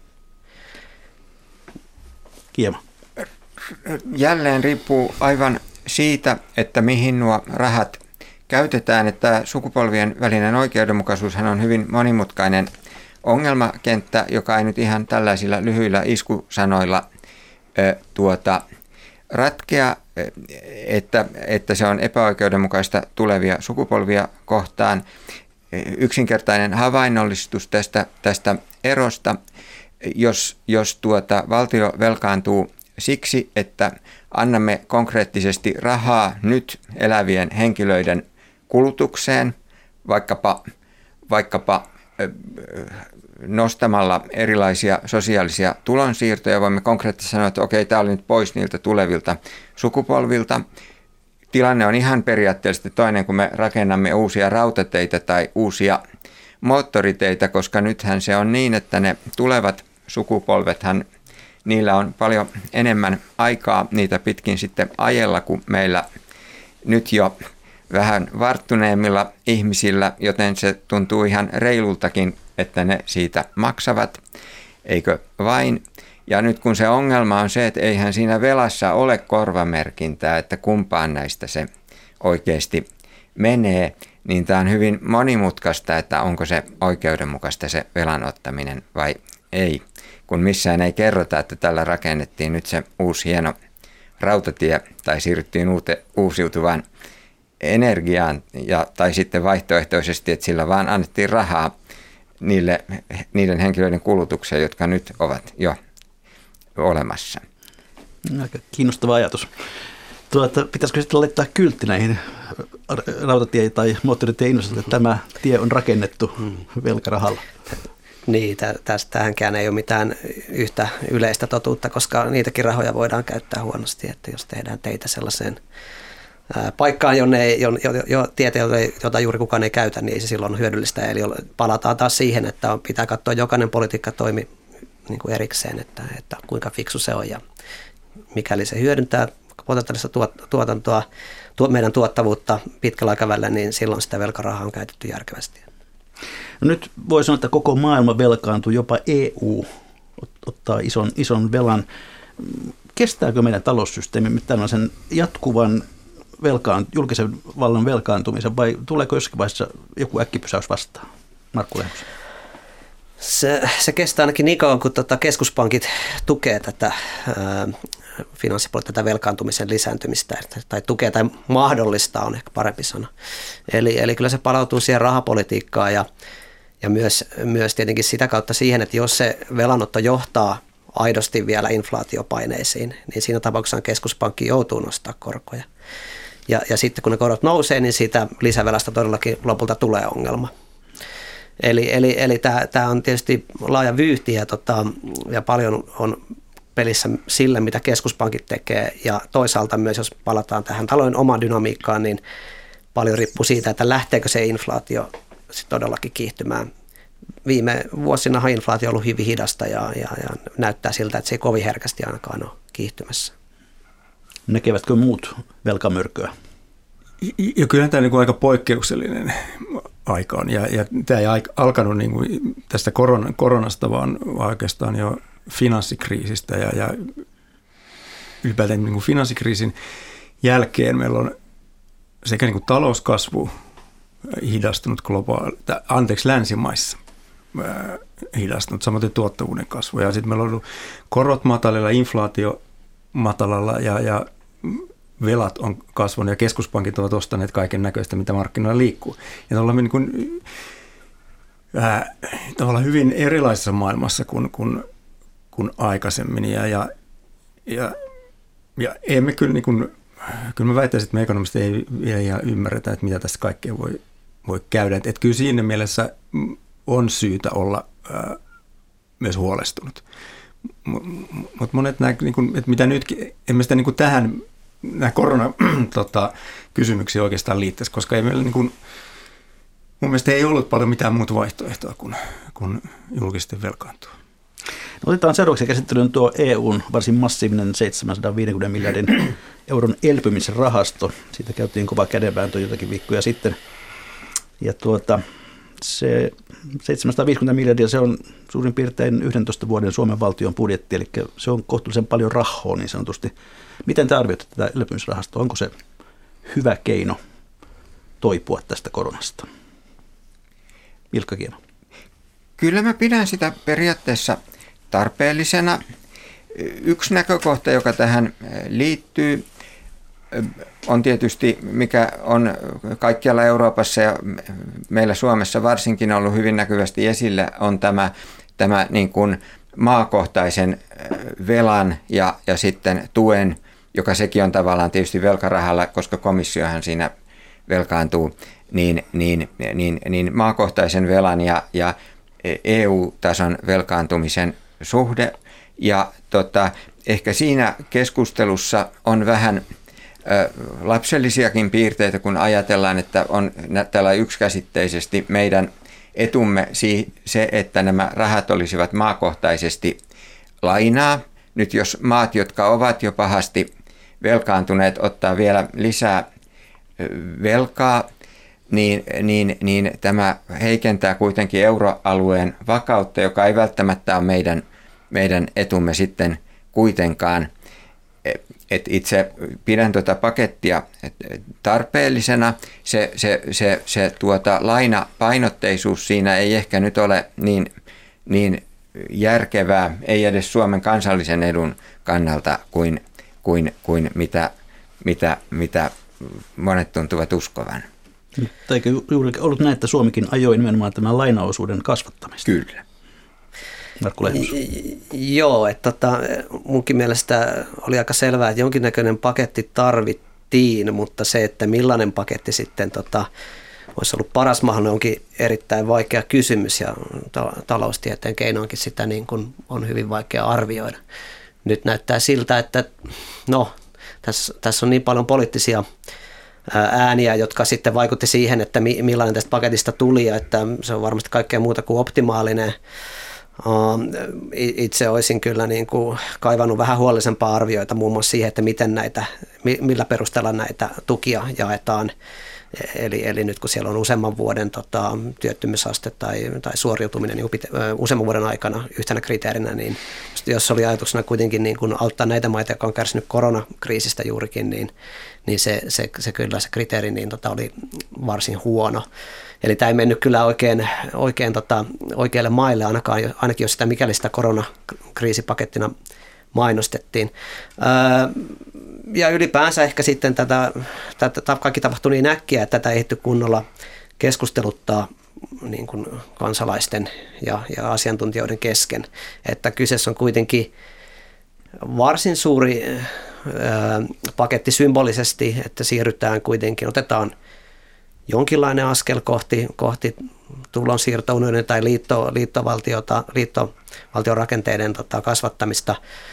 Kiema. Jälleen riippuu aivan siitä, että mihin nuo rahat käytetään, että sukupolvien välinen oikeudenmukaisuushan on hyvin monimutkainen ongelmakenttä, joka ei nyt ihan tällaisilla lyhyillä iskusanoilla ratkea, että se on epäoikeudenmukaista tulevia sukupolvia kohtaan. Yksinkertainen havainnollistus tästä erosta, jos valtio velkaantuu siksi, että annamme konkreettisesti rahaa nyt elävien henkilöiden kulutukseen, vaikkapa nostamalla erilaisia sosiaalisia tulonsiirtoja. Voimme konkreettisesti sanoa, että okei, tämä oli nyt pois niiltä tulevilta sukupolvilta. Tilanne on ihan periaatteellisesti toinen, kun me rakennamme uusia rautateitä tai uusia moottoriteitä, koska nythän se on niin, että ne tulevat sukupolvethan, niillä on paljon enemmän aikaa niitä pitkin sitten ajella kuin meillä nyt jo vähän varttuneemmilla ihmisillä, joten se tuntuu ihan reilultakin, että ne siitä maksavat, eikö vain? Ja nyt kun se ongelma on se, että eihän siinä velassa ole korvamerkintää, että kumpaan näistä se oikeasti menee, niin tämä on hyvin monimutkaista, että onko se oikeudenmukaista se velan ottaminen vai ei. Kun missään ei kerrota, että tällä rakennettiin nyt se uusi hieno rautatie tai siirryttiin uusiutuvaan energiaan tai sitten vaihtoehtoisesti, että sillä vaan annettiin rahaa niiden henkilöiden kulutukseen, jotka nyt ovat jo olemassa. Aika kiinnostava ajatus. Pitäisikö sitten laittaa kyltti näihin rautatie- tai moottoritieinvestointeihin, että tämä tie on rakennettu velkarahalla? Niin, tästähänkään ei ole mitään yhtä yleistä totuutta, koska niitäkin rahoja voidaan käyttää huonosti, että jos tehdään teitä sellaiseen paikkaan, jota juuri kukaan ei käytä, niin ei se silloin hyödyllistä. Eli palataan taas siihen, että pitää katsoa jokainen politiikkatoimi niin kuin erikseen, että kuinka fiksu se on ja mikäli se hyödyntää potentiaalista tuotantoa, meidän tuottavuutta pitkällä aikavälillä, niin silloin sitä velkarahaa on käytetty järkevästi. No nyt voi sanoa, että koko maailma velkaantuu, jopa EU ottaa ison velan. Kestääkö meidän taloussysteemi tällaisen jatkuvan julkisen vallan velkaantumisen vai tuleeko jossakin vaiheessa joku äkkipysäys vastaan? Markku Lehmus. Se kestää ainakin niin kauan, kun keskuspankit tukee tätä finanssipolitiikkaa, tätä velkaantumisen lisääntymistä tai tukee tai mahdollistaa on ehkä parempi sana. Eli kyllä se palautuu siihen rahapolitiikkaan ja myös tietenkin sitä kautta siihen, että jos se velanotto johtaa aidosti vielä inflaatiopaineisiin, niin siinä tapauksessa keskuspankki joutuu nostaa korkoja. Ja sitten kun ne korot nousee, niin siitä lisävelasta todellakin lopulta tulee ongelma. Eli tämä on tietysti laaja vyyhti ja paljon on pelissä sille, mitä keskuspankit tekee, ja toisaalta myös, jos palataan tähän talouden omaan dynamiikkaan, niin paljon riippuu siitä, että lähteekö se inflaatio sit todellakin kiihtymään. Viime vuosinahan inflaatio on ollut hyvin hidasta ja näyttää siltä, että se ei kovin herkästi ainakaan ole kiihtymässä. Näkevätkö muut velkamörköä? Ja kyllähän tämä aika poikkeuksellinen aika on. Ja tämä ei alkanut tästä koronasta, vaan oikeastaan jo finanssikriisistä. Ja ylipäätään finanssikriisin jälkeen meillä on sekä talouskasvu hidastunut länsimaissa hidastunut, samoin tuottavuuden kasvu. Ja sitten meillä on ollut korot matalilla, inflaatio matalalla ja velat on kasvanut ja keskuspankit ovat ostaneet kaiken näköistä, mitä markkinoilla liikkuu. Ja ollaan tavallaan hyvin erilaisessa maailmassa kuin aikaisemmin. Ja emme kyllä, kyllä mä väittäisin, että me ekonomistit ei vielä ihan ymmärretä, että mitä tässä kaikkea voi käydä. Että kyllä siinä mielessä on syytä olla myös huolestunut. Mutta monet että mitä nytkin, emme sitä tähän nämä koronakysymyksiä oikeastaan liittäisi, koska ei meillä mun mielestä ei ollut paljon mitään muuta vaihtoehtoa kuin julkisesti velkaantua. No, otetaan seuraavaksi käsittelyyn tuo EUn varsin massiivinen 750 miljardin euron elpymisrahasto. Siitä käytiin kova kädenvääntö jotakin viikkoja sitten. Ja se 750 miljardia, se on suurin piirtein 11 vuoden Suomen valtion budjetti, eli se on kohtuullisen paljon rahaa niin sanotusti. Miten te arvioitte tätä elpymisrahastoa? Onko se hyvä keino toipua tästä koronasta? Ilkka Kiema. Kyllä mä pidän sitä periaatteessa tarpeellisena. Yksi näkökohta, joka tähän liittyy, on tietysti, mikä on kaikkialla Euroopassa ja meillä Suomessa varsinkin ollut hyvin näkyvästi esillä, on tämä niin kuin maakohtaisen velan ja sitten tuen, joka sekin on tavallaan tietysti velkarahalla, koska komissiohan siinä velkaantuu, niin maakohtaisen velan ja EU-tason velkaantumisen suhde. Ja ehkä siinä keskustelussa on vähän lapsellisiakin piirteitä, kun ajatellaan, että on tällä yksikäsitteisesti meidän etumme se, että nämä rahat olisivat maakohtaisesti lainaa. Nyt jos maat, jotka ovat jo pahasti velkaantuneet, ottaa vielä lisää velkaa, niin tämä heikentää kuitenkin euroalueen vakautta, joka ei välttämättä ole meidän etumme sitten kuitenkaan. Et itse pidän tuota pakettia tarpeellisena. Se lainapainotteisuus siinä ei ehkä nyt ole niin järkevää, ei edes Suomen kansallisen edun kannalta kuin mitä monet tuntuvat uskovan. Eikö juuri ollut näin, että Suomikin ajoi nimenomaan tämän lainaosuuden kasvattamista? Kyllä. Markku Lehmus. Joo, että munkin mielestä oli aika selvää, että jonkinnäköinen paketti tarvittiin, mutta se, että millainen paketti sitten olisi ollut paras mahdollinen, onkin erittäin vaikea kysymys ja taloustieteen keinoinkin sitä niin kuin on hyvin vaikea arvioida. Nyt näyttää siltä, että tässä on niin paljon poliittisia ääniä, jotka sitten vaikutti siihen, että millainen tästä paketista tuli ja että se on varmasti kaikkea muuta kuin optimaalinen. Itse olisin kyllä niin kuin kaivannut vähän huolellisempaa arvioita muun muassa siihen, että millä perusteella näitä tukia jaetaan. Eli nyt kun siellä on useamman vuoden työttömyysaste tai suoriutuminen niin useamman vuoden aikana yhtenä kriteerinä, niin jos oli ajatuksena kuitenkin niin kuin auttaa näitä maita, jotka on kärsinyt koronakriisistä juurikin, niin se kyllä se kriteeri niin oli varsin huono. Eli tämä ei mennyt kyllä oikein oikealle maille, ainakin jos sitä mikäli sitä koronakriisipakettina mainostettiin. Ja ylipäänsä ehkä sitten tätä kaikki tapahtui niin äkkiä, että tätä ei ehditty kunnolla keskusteluttaa niin kuin kansalaisten ja asiantuntijoiden kesken. Että kyseessä on kuitenkin varsin suuri paketti symbolisesti, että siirrytään kuitenkin, otetaan jonkinlainen askel kohti tulonsiirtounionia tai liittovaltion rakenteiden kasvattamista.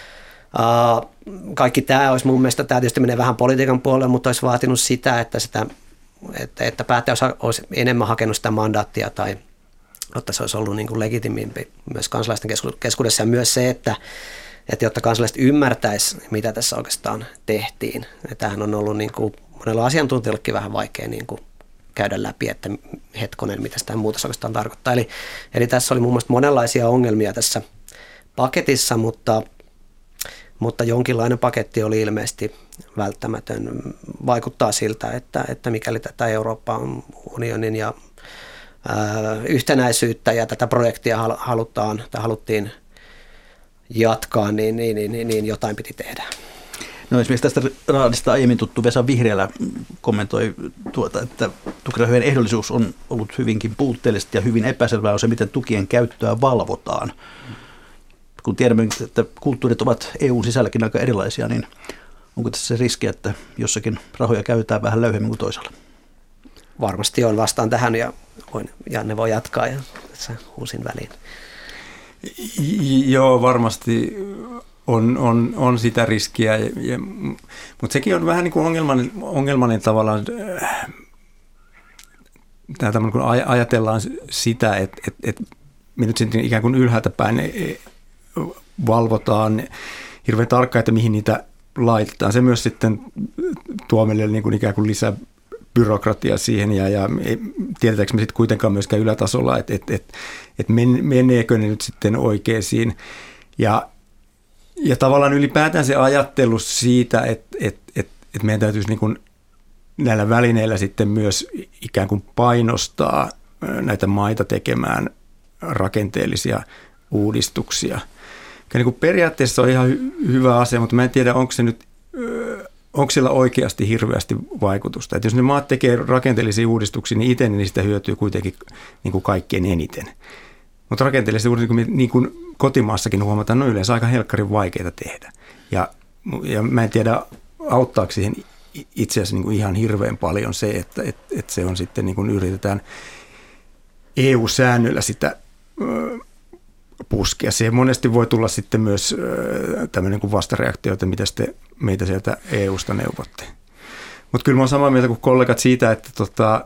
Kaikki tämä olisi mun mielestä, tämä tietysti menee vähän politiikan puolelle, mutta olisi vaatinut sitä, että päättäjä olisi enemmän hakenut sitä mandaattia tai jotta se olisi ollut niin kuin legitimimpi myös kansalaisten keskuudessa ja myös se, että jotta kansalaiset ymmärtäisi, mitä tässä oikeastaan tehtiin. Tämähän on ollut niin kuin monella asiantuntijallekin vähän vaikea niin kuin käydä läpi, että hetkonen, mitä tämä muutos oikeastaan tarkoittaa. Eli tässä oli mun mielestä monenlaisia ongelmia tässä paketissa, mutta jonkinlainen paketti oli ilmeisesti välttämätön. Vaikuttaa siltä, että mikäli tätä Euroopan unionin ja yhtenäisyyttä ja tätä projektia haluttiin jatkaa, niin jotain piti tehdä. No esimerkiksi tästä raadista aiemmin tuttu Vesa Vihriälä kommentoi että tukirahojen ehdollisuus on ollut hyvinkin puutteellista ja hyvin epäselvää on se, miten tukien käyttöä valvotaan. Kun tiedämme, että kulttuurit ovat EU:n sisälläkin aika erilaisia, niin onko tässä se riski, että jossakin rahoja käytetään vähän löyhemmin kuin toisella? Varmasti on, vastaan tähän ja Janne voi jatkaa ja tässä uusin väliin. Joo, varmasti on sitä riskiä, mutta sekin on vähän niin kuin ongelmainen tavallaan, kun ajatellaan sitä, että me nyt sitten ikään kuin ylhäältä päin valvotaan hirveän tarkkaan, että mihin niitä laitetaan. Se myös sitten tuo meille niin kuin ikään kuin lisää byrokratia siihen ja tiedetäänkö me sitten kuitenkaan myöskään ylätasolla, että meneekö ne nyt sitten oikeisiin. Ja tavallaan ylipäätään se ajattelu siitä, että meidän täytyisi niin kuin näillä välineillä sitten myös ikään kuin painostaa näitä maita tekemään rakenteellisia uudistuksia. Niin kuin periaatteessa on ihan hyvä asia, mutta mä en tiedä, onko sillä oikeasti hirveästi vaikutusta. Että jos ne maat tekee rakenteellisia uudistuksia, niin itse niistä hyötyy kuitenkin niin kuin kaikkein eniten. Mutta rakenteellisia uudistuksia, niin kuin kotimaassakin huomataan, on yleensä aika helkkarin vaikeita tehdä. Ja mä en tiedä, auttaako siihen itse asiassa niin kuin ihan hirveän paljon se, että se on sitten niin kuin yritetään EU-säännöillä sitä puskea. Siihen monesti voi tulla sitten myös tämmöinen kuin vastareaktio, että mitä sitten meitä sieltä EUsta neuvotte. Mutta kyllä mä oon samaa mieltä kuin kollegat siitä, että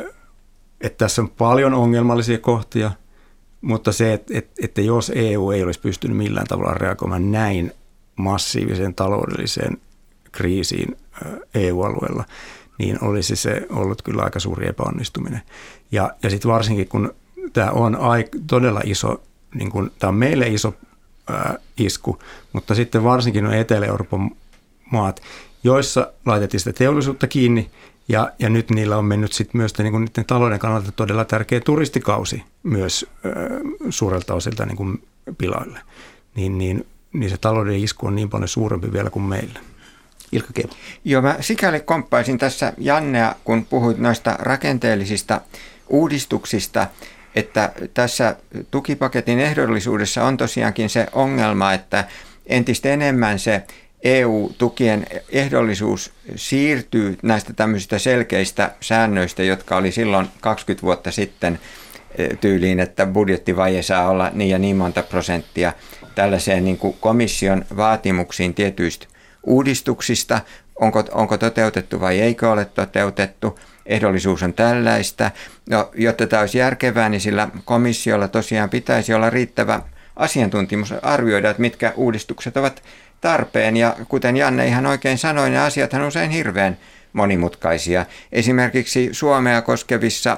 tässä on paljon ongelmallisia kohtia, mutta se, että jos EU ei olisi pystynyt millään tavalla reagoimaan näin massiiviseen taloudelliseen kriisiin EU-alueella, niin olisi se ollut kyllä aika suuri epäonnistuminen. Ja sitten varsinkin, kun tämä on todella iso, niin kun, tämä on meille iso isku, mutta sitten varsinkin on Etelä-Euroopan maat, joissa laitettiin sitä teollisuutta kiinni, ja nyt niillä on mennyt sitten myös niin kuin niiden talouden kannalta todella tärkeä turistikausi myös suurelta osilta niin kuin pilaille. Niin se talouden isku on niin paljon suurempi vielä kuin meillä. Ilkka Kielo. Joo, mä sikäli komppaisin tässä Jannea, kun puhuit noista rakenteellisista uudistuksista, että tässä tukipaketin ehdollisuudessa on tosiaankin se ongelma, että entistä enemmän se EU-tukien ehdollisuus siirtyy näistä tämmöisistä selkeistä säännöistä, jotka oli silloin 20 vuotta sitten tyyliin, että budjettivaje saa olla niin ja niin monta prosenttia, tällaiseen niin kuin komission vaatimuksiin tietyistä uudistuksista, onko toteutettu vai eikö ole toteutettu. Ehdollisuus on tällaista. No, jotta tämä olisi järkevää, niin sillä komissiolla tosiaan pitäisi olla riittävä asiantuntemus arvioida, että mitkä uudistukset ovat tarpeen. Ja kuten Janne ihan oikein sanoi, ne asiathan on usein hirveän monimutkaisia. Esimerkiksi Suomea koskevissa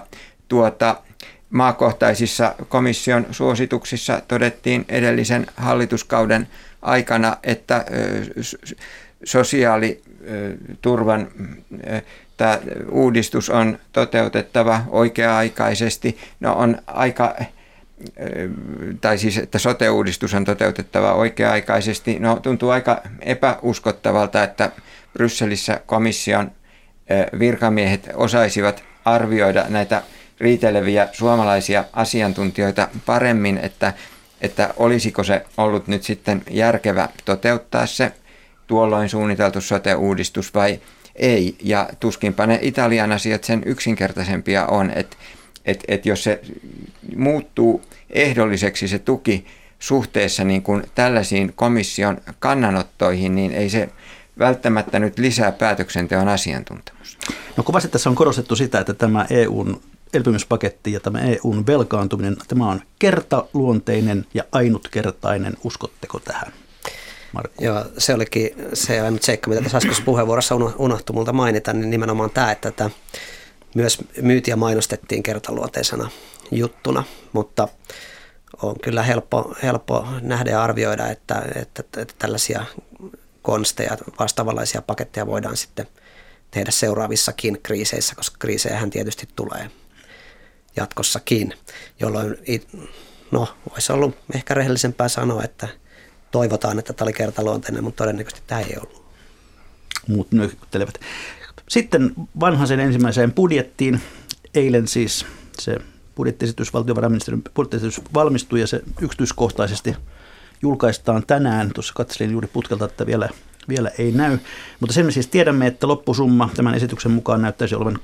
maakohtaisissa komission suosituksissa todettiin edellisen hallituskauden aikana, että sosiaaliturvan tämä uudistus on toteutettava oikea-aikaisesti. No on aika, tai siis että sote-uudistus on toteutettava oikea-aikaisesti. No tuntuu aika epäuskottavalta, että Brysselissä komission virkamiehet osaisivat arvioida näitä riiteleviä suomalaisia asiantuntijoita paremmin, että olisiko se ollut nyt sitten järkevä toteuttaa se tuolloin suunniteltu sote-uudistus vai ei. Ja tuskinpa ne Italian asiat sen yksinkertaisempia on, että jos se muuttuu ehdolliseksi se tuki suhteessa niin kuin tällaisiin komission kannanottoihin, niin ei se välttämättä nyt lisää päätöksenteon asiantuntemusta. No kovasti tässä on korostettu sitä, että tämä EUn elpymispaketti ja tämä EUn velkaantuminen, tämä on kertaluonteinen ja ainutkertainen. Uskotteko tähän, Markku? Joo, se olikin se seikka, mitä tässä äskeisessä puheenvuorossa unohtui multa mainita, niin nimenomaan tämä, että tätä myös myytiin ja mainostettiin kertaluonteisena juttuna, mutta on kyllä helppo nähdä ja arvioida, että tällaisia konsteja, vastaavanlaisia paketteja voidaan sitten tehdä seuraavissakin kriiseissä, koska kriisejähän tietysti tulee jatkossakin, jolloin voisi ollut ehkä rehellisempää sanoa, että toivotaan, että tämä oli kertaluonteinen, mutta todennäköisesti tämä ei ollut. Muut nyökyttelevät. Sitten Vanhasen ensimmäiseen budjettiin. Eilen siis se budjettiesitys, valtiovarainministeriön budjettiesitys valmistui ja se yksityiskohtaisesti julkaistaan tänään. Tuossa katselin juuri putkelta, että vielä ei näy. Mutta sen me siis tiedämme, että loppusumma tämän esityksen mukaan näyttäisi olevan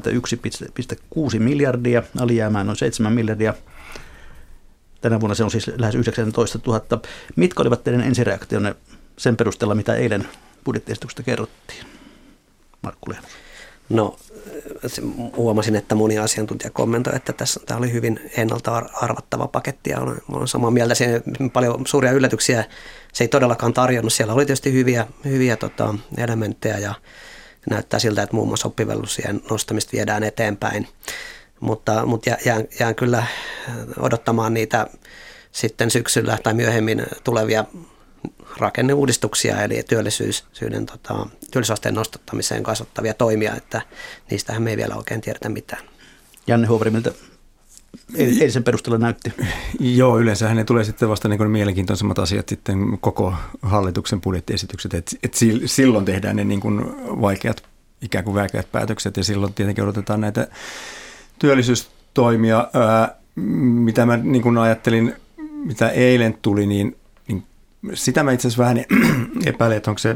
61,6 miljardia, alijäämään noin 7 miljardia. Tänä vuonna se on siis lähes 19 000. Mitkä olivat teidän ensireaktionne sen perusteella, mitä eilen budjettiesityksestä kerrottiin? Markku Lehmus. No, huomasin, että moni asiantuntija kommentoi, että tämä oli hyvin ennalta arvattava paketti ja olen samaa mieltä. Siinä paljon suuria yllätyksiä se ei todellakaan tarjonnut. Siellä oli tietysti hyviä elementtejä ja näyttää siltä, että muun muassa oppivelvollisuusiän nostamista viedään eteenpäin. Mutta jään kyllä odottamaan niitä sitten syksyllä tai myöhemmin tulevia rakenneuudistuksia, eli työllisyysasteen nostattamiseen kasvattavia toimia, että niistähän me ei vielä oikein tiedetä mitään. Janne Huovari, miltä eilisen perusteella näytti? Joo, yleensähän ne tulee sitten vasta niin mielenkiintoisemmat asiat sitten koko hallituksen budjettiesitykset, että silloin tehdään ne niin kuin vaikeat, ikään kuin väikeät päätökset ja silloin tietenkin odotetaan näitä työllisyystoimia. Mitä mä niin kuin ajattelin, mitä eilen tuli, niin sitä mä itse asiassa vähän epäilen, että onko se,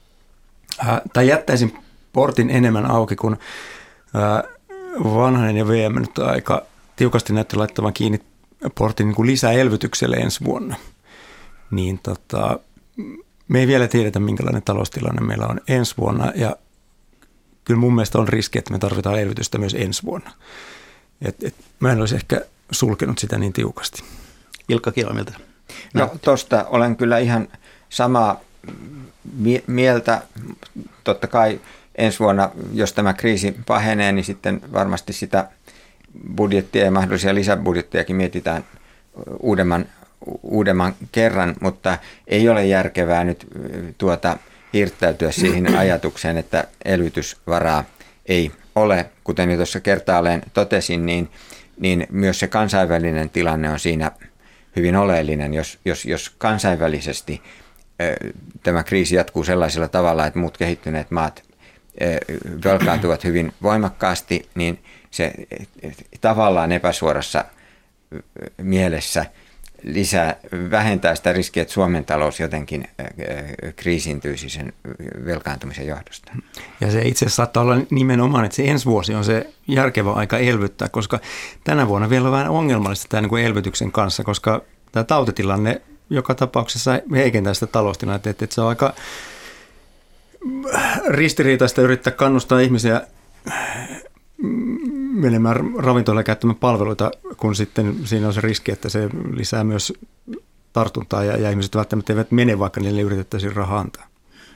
tai jättäisin portin enemmän auki, kun Vanhanen ja VM nyt aika tiukasti näytti laittavan kiinni portin niin kuin lisäelvytykselle ensi vuonna. Niin me ei vielä tiedetä, minkälainen taloustilanne meillä on ensi vuonna, ja kyllä mun mielestä on riski, että me tarvitaan elvytystä myös ensi vuonna. Mä en olisi ehkä sulkenut sitä niin tiukasti. Ilkka Kielomilta. No tuosta olen kyllä ihan samaa mieltä. Totta kai ensi vuonna, jos tämä kriisi pahenee, niin sitten varmasti sitä budjettia ja mahdollisia lisäbudjettejakin mietitään uudemman kerran, mutta ei ole järkevää nyt hirttäytyä siihen ajatukseen, että elvytysvaraa ei ole. Kuten jo tuossa kertaalleen totesin, niin myös se kansainvälinen tilanne on siinä hyvin oleellinen, jos kansainvälisesti tämä kriisi jatkuu sellaisella tavalla, että muut kehittyneet maat velkaantuvat hyvin voimakkaasti, niin se tavallaan epäsuorassa mielessä vähentää sitä riskiä, että Suomen talous jotenkin kriisintyisi sen velkaantumisen johdosta. Ja se itse asiassa saattaa olla nimenomaan, että se ensi vuosi on se järkevä aika elvyttää, koska tänä vuonna vielä on vähän ongelmallista tämä niin kuin elvytyksen kanssa, koska tämä tautitilanne joka tapauksessa heikentää sitä taloustilannetta, että se on aika ristiriitaista yrittää kannustaa ihmisiä menemään ravintoille käyttämään palveluita, kun sitten siinä on se riski, että se lisää myös tartuntaa ja ihmiset välttämättä eivät mene, vaikka niille yritettäisiin rahaa antaa.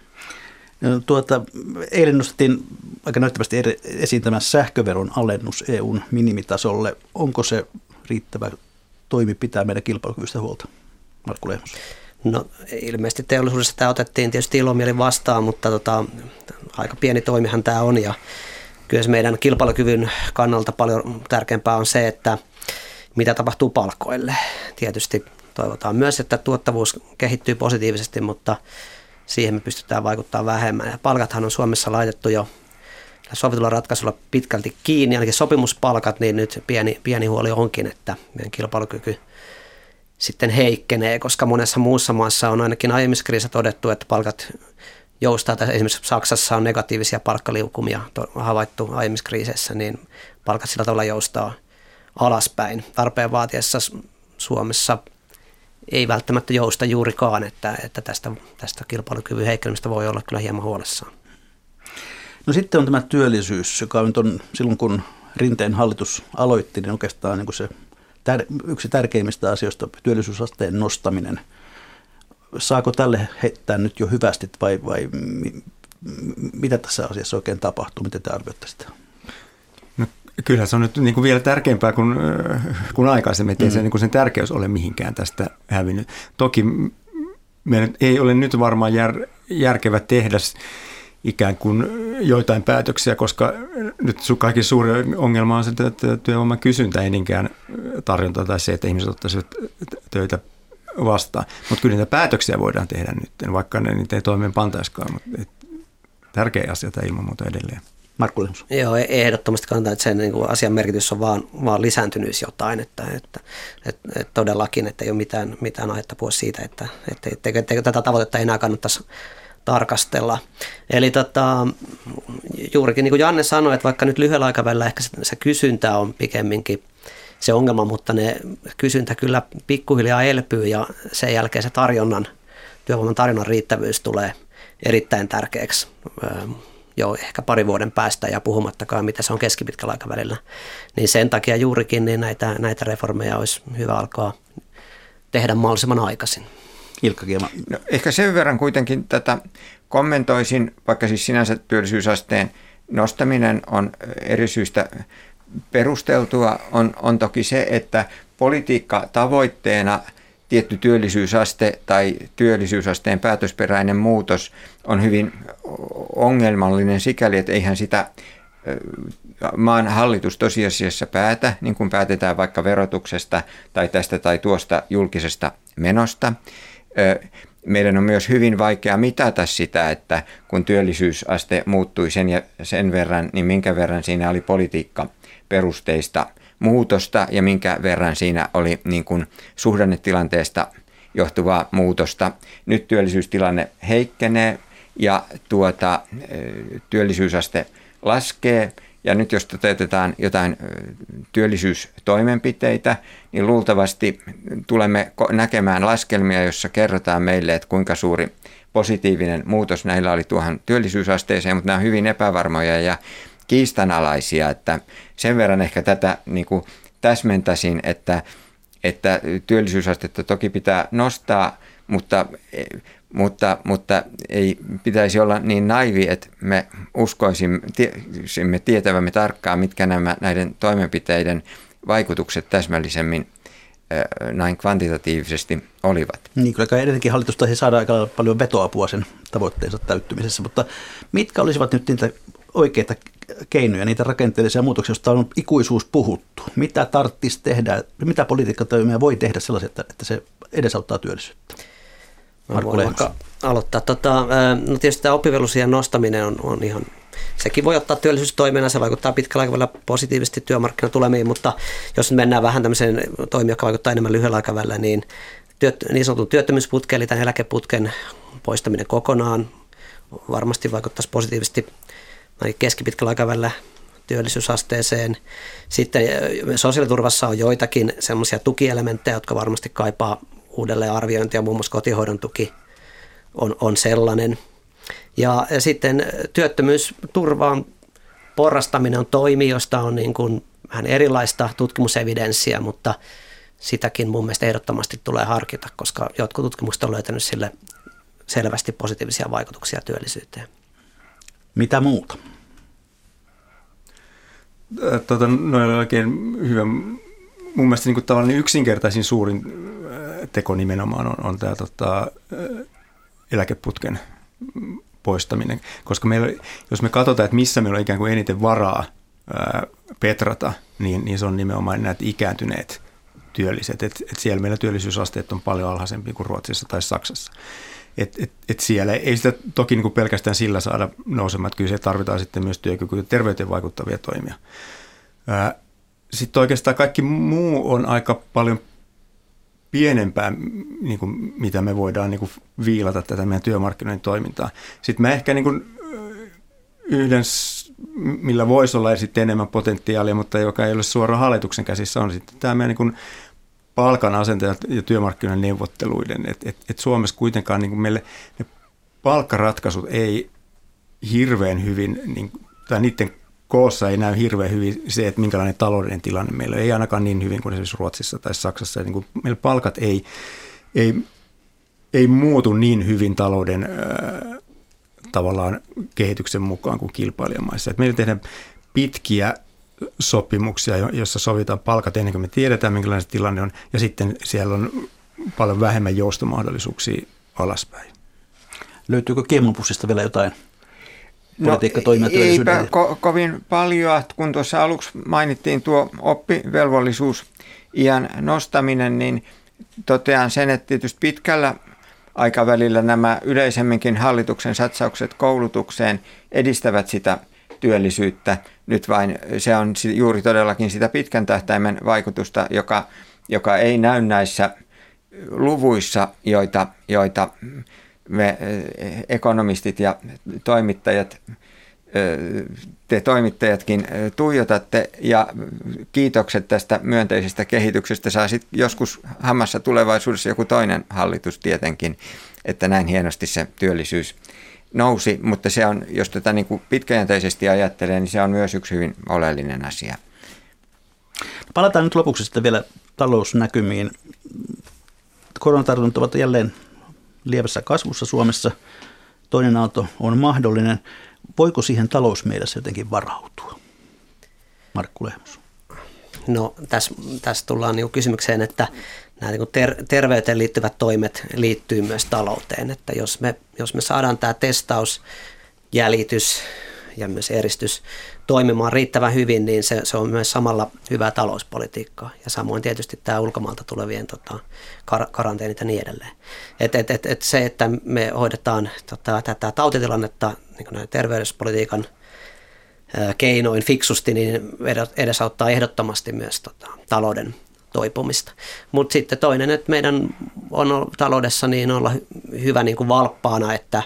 Eilen nostettiin aika näyttävästi esiin tämä sähköveron alennus EUn minimitasolle. Onko se riittävä toimi pitää meidän kilpailukyvystä huolta? Markku Lehmus. No ilmeisesti teollisuudessa tämä otettiin tietysti ilomielin vastaan, mutta aika pieni toimihan tämä on ja kyllä meidän kilpailukyvyn kannalta paljon tärkeämpää on se, että mitä tapahtuu palkoille. Tietysti toivotaan myös, että tuottavuus kehittyy positiivisesti, mutta siihen me pystytään vaikuttamaan vähemmän. Ja palkathan on Suomessa laitettu jo sovitulla ratkaisulla pitkälti kiinni, ainakin sopimuspalkat, niin nyt pieni huoli onkin, että meidän kilpailukyky sitten heikkenee, koska monessa muussa maassa on ainakin aiemmissa kriisissä todettu, että palkat joustaa. Esimerkiksi Saksassa on negatiivisia palkkaliukumia havaittu aiemmissa kriiseissä, niin palkat sillä tavalla joustaa alaspäin. Tarpeen vaatiessa Suomessa ei välttämättä jousta juurikaan, että tästä kilpailukyvyn heikkenemistä voi olla kyllä hieman huolissaan. No sitten on tämä työllisyys, joka on silloin kun Rinteen hallitus aloitti, niin oikeastaan niin kuin se yksi tärkeimmistä asioista työllisyysasteen nostaminen. Saako tälle heittää nyt jo hyvästi vai mitä tässä asiassa oikein tapahtuu? Miten te arvioitte sitä? No, kyllä se on nyt niin kuin vielä tärkeämpää kuin aikaisemmin, ettei se, niin kuin sen tärkeys ole mihinkään tästä hävinnyt. Toki meidän ei ole nyt varmaan järkevä tehdä ikään kuin joitain päätöksiä, koska nyt kaikki suuri ongelma on se, että työvoiman kysyntä ei niinkään tarjonta tai se, että ihmiset ottaisivat töitä vastaan. Mutta kyllä niitä päätöksiä voidaan tehdä nyt, vaikka niitä ei toimeenpantaisikaan, mutta tärkeä asia tämä ilman muuta edelleen. Markku Lehmus. Joo, ehdottomasti kannattaa, että sen niin kuin asian merkitys on vaan lisääntynyt jotain, että todellakin, että ei ole mitään aihetta puhua siitä, että tätä tavoitetta ei enää kannattaisi tarkastella. Eli juurikin niin kuin Janne sanoi, että vaikka nyt lyhyellä aikavälillä ehkä se kysyntä on pikemminkin se ongelma, mutta ne kysyntä kyllä pikkuhiljaa elpyy ja sen jälkeen se työvoiman tarjonnan riittävyys tulee erittäin tärkeäksi jo ehkä 2 vuoden päästä ja puhumattakaan, mitä se on keskipitkällä aikavälillä. Niin sen takia juurikin niin näitä reformeja olisi hyvä alkaa tehdä mahdollisimman aikaisin. Ilkka Kiema. No, ehkä sen verran kuitenkin tätä kommentoisin, vaikka siis sinänsä työllisyysasteen nostaminen on eri syistä perusteltua, on toki se, että politiikka tavoitteena tietty työllisyysaste tai työllisyysasteen päätösperäinen muutos on hyvin ongelmallinen sikäli, että eihän sitä maan hallitus tosiasiassa päätä, niin kuin päätetään vaikka verotuksesta tai tästä tai tuosta julkisesta menosta. Meidän on myös hyvin vaikea mitata sitä, että kun työllisyysaste muuttui sen verran, niin minkä verran siinä oli politiikkaperusteista muutosta ja minkä verran siinä oli niin kuin suhdannetilanteesta johtuvaa muutosta. Nyt työllisyystilanne heikkenee ja työllisyysaste laskee. Ja nyt jos toteutetaan jotain työllisyystoimenpiteitä, niin luultavasti tulemme näkemään laskelmia, jossa kerrotaan meille, että kuinka suuri positiivinen muutos näillä oli tuohon työllisyysasteeseen, mutta nämä on hyvin epävarmoja ja kiistanalaisia, että sen verran ehkä tätä niin kuin täsmentäisin, että työllisyysastetta toki pitää nostaa, mutta ei pitäisi olla niin naivi, että me uskoisimme tietävämme tarkkaan, mitkä näiden toimenpiteiden vaikutukset täsmällisemmin näin kvantitatiivisesti olivat. Niin, kyllä edelleenkin hallitus taisi saada aika paljon vetoapua sen tavoitteensa täyttymisessä, mutta mitkä olisivat nyt niitä oikeita keinoja, niitä rakenteellisia muutoksia, joista on ikuisuus puhuttu? Mitä tarvitsisi tehdä, mitä politiikkatoimia voi tehdä sellaisia, että se edesauttaa työllisyyttä? Markku Lehmus. Aloittaa. No tietysti tämä oppivelvollisuusiän nostaminen on ihan, sekin voi ottaa työllisyystoimena, se vaikuttaa pitkällä aikavälillä positiivisesti työmarkkinatulemiin, mutta jos mennään vähän tämmöiseen toimiin, joka vaikuttaa enemmän lyhyellä aikavälillä, niin niin sanotun työttömyysputken, eli tämän eläkeputken poistaminen kokonaan varmasti vaikuttaisi positiivisesti keskipitkällä aikavälillä työllisyysasteeseen. Sitten sosiaaliturvassa on joitakin semmoisia tukielementtejä, jotka varmasti kaipaa uudelleen arviointia, muun muassa kotihoidon tuki on sellainen. Ja sitten työttömyysturvaan porrastaminen on toimi, josta on niin kuin vähän erilaista tutkimusevidenssiä, mutta sitäkin mun mielestä ehdottomasti tulee harkita, koska jotkut tutkimukset on löytänyt sille selvästi positiivisia vaikutuksia työllisyyteen. Mitä muuta? No oli oikein hyvä. Mun mielestä niin kuin tavallaan yksinkertaisin suurin teko nimenomaan on tämä eläkeputken poistaminen. Koska jos me katsotaan, että missä meillä on ikään kuin eniten varaa petrata, niin se on nimenomaan näitä ikääntyneet työlliset. Et siellä meillä työllisyysasteet on paljon alhaisempi kuin Ruotsissa tai Saksassa. Et siellä ei sitä toki niin kuin pelkästään sillä saada nousemaan, että kyllä se tarvitaan sitten myös työkyky- ja terveyteen vaikuttavia toimia. Sitten oikeastaan kaikki muu on aika paljon pienempää, niin kuin mitä me voidaan niin kuin viilata tätä meidän työmarkkinoiden toimintaa. Sitten mä ehkä niin kuin yhden, millä voisi olla sitten enemmän potentiaalia, mutta joka ei ole suoraan hallituksen käsissä, on sitten tämä meidän niin kuin palkan asentajat ja työmarkkinoiden neuvotteluiden. Et Suomessa kuitenkaan niin kuin meille ne palkkaratkaisut ei hirveän hyvin, tai niiden koossa ei näy hirveän hyvin se, että minkälainen taloudellinen tilanne meillä ei ainakaan niin hyvin kuin esimerkiksi Ruotsissa tai Saksassa. Ja niin kuin meillä palkat ei muutu niin hyvin talouden tavallaan kehityksen mukaan kuin kilpailijamaissa. Et meillä tehdään pitkiä sopimuksia, joissa sovitaan palkat ennen kuin me tiedetään, minkälainen tilanne on, ja sitten siellä on paljon vähemmän joustomahdollisuuksia alaspäin. Löytyykö Kiemunpussista vielä jotain politiikkatoimia työllisyyden? Eipä kovin paljon, kun tuossa aluksi mainittiin tuo oppivelvollisuusiän nostaminen, niin totean sen, että tietysti pitkällä aikavälillä nämä yleisemminkin hallituksen satsaukset koulutukseen edistävät sitä työllisyyttä. Nyt vain se on juuri todellakin sitä pitkän tähtäimen vaikutusta, joka ei näy näissä luvuissa, joita me ekonomistit ja toimittajat, te toimittajatkin tuijotatte, ja kiitokset tästä myönteisestä kehityksestä saa sitten joskus hammassa tulevaisuudessa joku toinen hallitus tietenkin, että näin hienosti se työllisyys nousi, mutta se on, jos tätä niin kuin pitkäjänteisesti ajattelee, niin se on myös yksi hyvin oleellinen asia. Palataan nyt lopuksi sitten vielä talousnäkymiin. Koronatartunnat ovat jälleen lievässä kasvussa Suomessa. Toinen aalto on mahdollinen. Voiko siihen talousmielessä jotenkin varautua? Markku Lehmus. No tässä tullaan niin kysymykseen, että nämä niin terveyteen liittyvät toimet liittyy myös talouteen. Että jos me saadaan tämä testaus, jäljitys ja myös eristys toimimaan riittävän hyvin, niin se on myös samalla hyvää talouspolitiikkaa. Ja samoin tietysti tämä ulkomailta tulevien karanteenit ja niin edelleen. Se, että me hoidetaan tätä tautitilannetta niin näin terveyspolitiikan keinoin fiksusti, niin edesauttaa ehdottomasti myös talouden toipumista. Mutta sitten toinen, että meidän on taloudessa niin olla hyvä niin kuin valppaana, että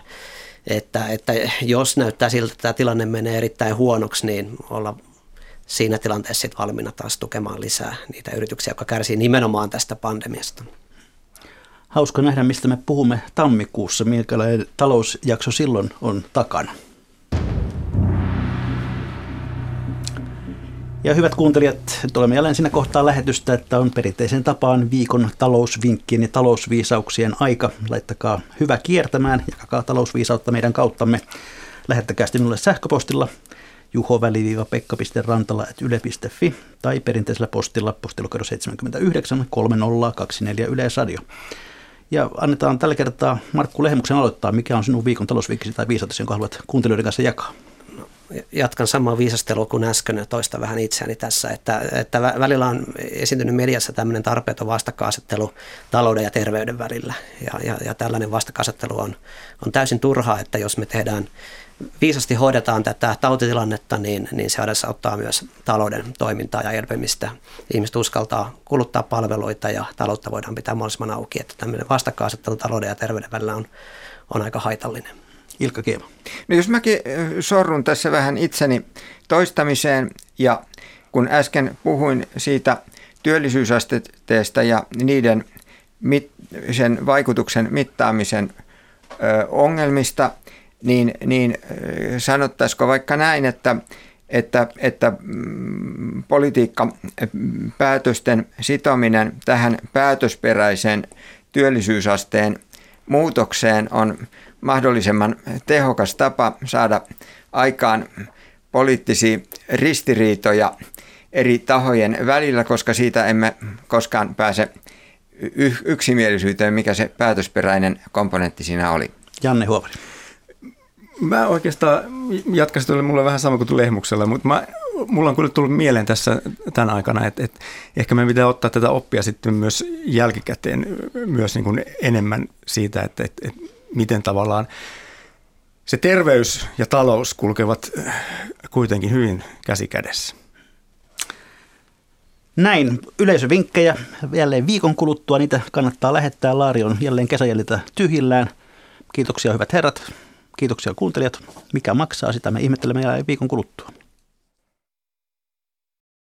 jos näyttää siltä, että tämä tilanne menee erittäin huonoksi, niin olla siinä tilanteessa sitten valmiina taas tukemaan lisää niitä yrityksiä, jotka kärsii nimenomaan tästä pandemiasta. Hauska nähdä, mistä me puhumme tammikuussa, minkälainen talousjakso silloin on takana. Ja hyvät kuuntelijat, olemme jälleen siinä kohtaa lähetystä, että on perinteisen tapaan viikon talousvinkkien ja talousviisauksien aika. Laittakaa hyvä kiertämään, jakakaa talousviisautta meidän kauttamme. Lähettäkää minulle sähköpostilla juho-pekka.rantala@yle.fi tai perinteisellä postilla postilokero 79 3024 Yleisradio. Ja annetaan tällä kertaa Markku Lehmuksen aloittaa, mikä on sinun viikon talousvinkkisi tai viisautesi, jonka haluat kuuntelijoiden kanssa jakaa. Jatkan samaa viisastelua kuin äsken ja toista vähän itseäni tässä, että välillä on esiintynyt mediassa tämmöinen tarpeeton vastakkainasettelu talouden ja terveyden välillä. Ja tällainen vastakkainasettelu on täysin turhaa, että jos me viisasti hoidetaan tätä tautitilannetta, niin se auttaa myös talouden toimintaa ja elpymistä. Ihmiset uskaltaa kuluttaa palveluita ja taloutta voidaan pitää mahdollisimman auki, että tämmöinen vastakkainasettelu talouden ja terveyden välillä on aika haitallinen. Ilkka Kiema. No jos mäkin sorrun tässä vähän itseni toistamiseen, ja kun äsken puhuin siitä työllisyysasteesta ja sen vaikutuksen mittaamisen ongelmista, niin sanottaisiko vaikka näin, että politiikkapäätösten sitominen tähän päätösperäiseen työllisyysasteen muutokseen on mahdollisimman tehokas tapa saada aikaan poliittisia ristiriitoja eri tahojen välillä, koska siitä emme koskaan pääse yksimielisyyteen, mikä se päätösperäinen komponentti siinä oli. Janne Huovari. Mä oikeastaan jatkaisin tuolle, mulla on vähän sama kuin Lehmuksella, mutta mulla on kyllä tullut mieleen tässä tämän aikana, että ehkä meidän pitää ottaa tätä oppia sitten myös jälkikäteen myös niin kuin enemmän siitä, että miten tavallaan se terveys ja talous kulkevat kuitenkin hyvin käsi kädessä. Näin, yleisövinkkejä jälleen viikon kuluttua, niitä kannattaa lähettää. Laari on jälleen kesäjäljiltä tyhjillään. Kiitoksia hyvät herrat, kiitoksia kuuntelijat. Mikä maksaa, sitä me ihmettelemme jälleen viikon kuluttua.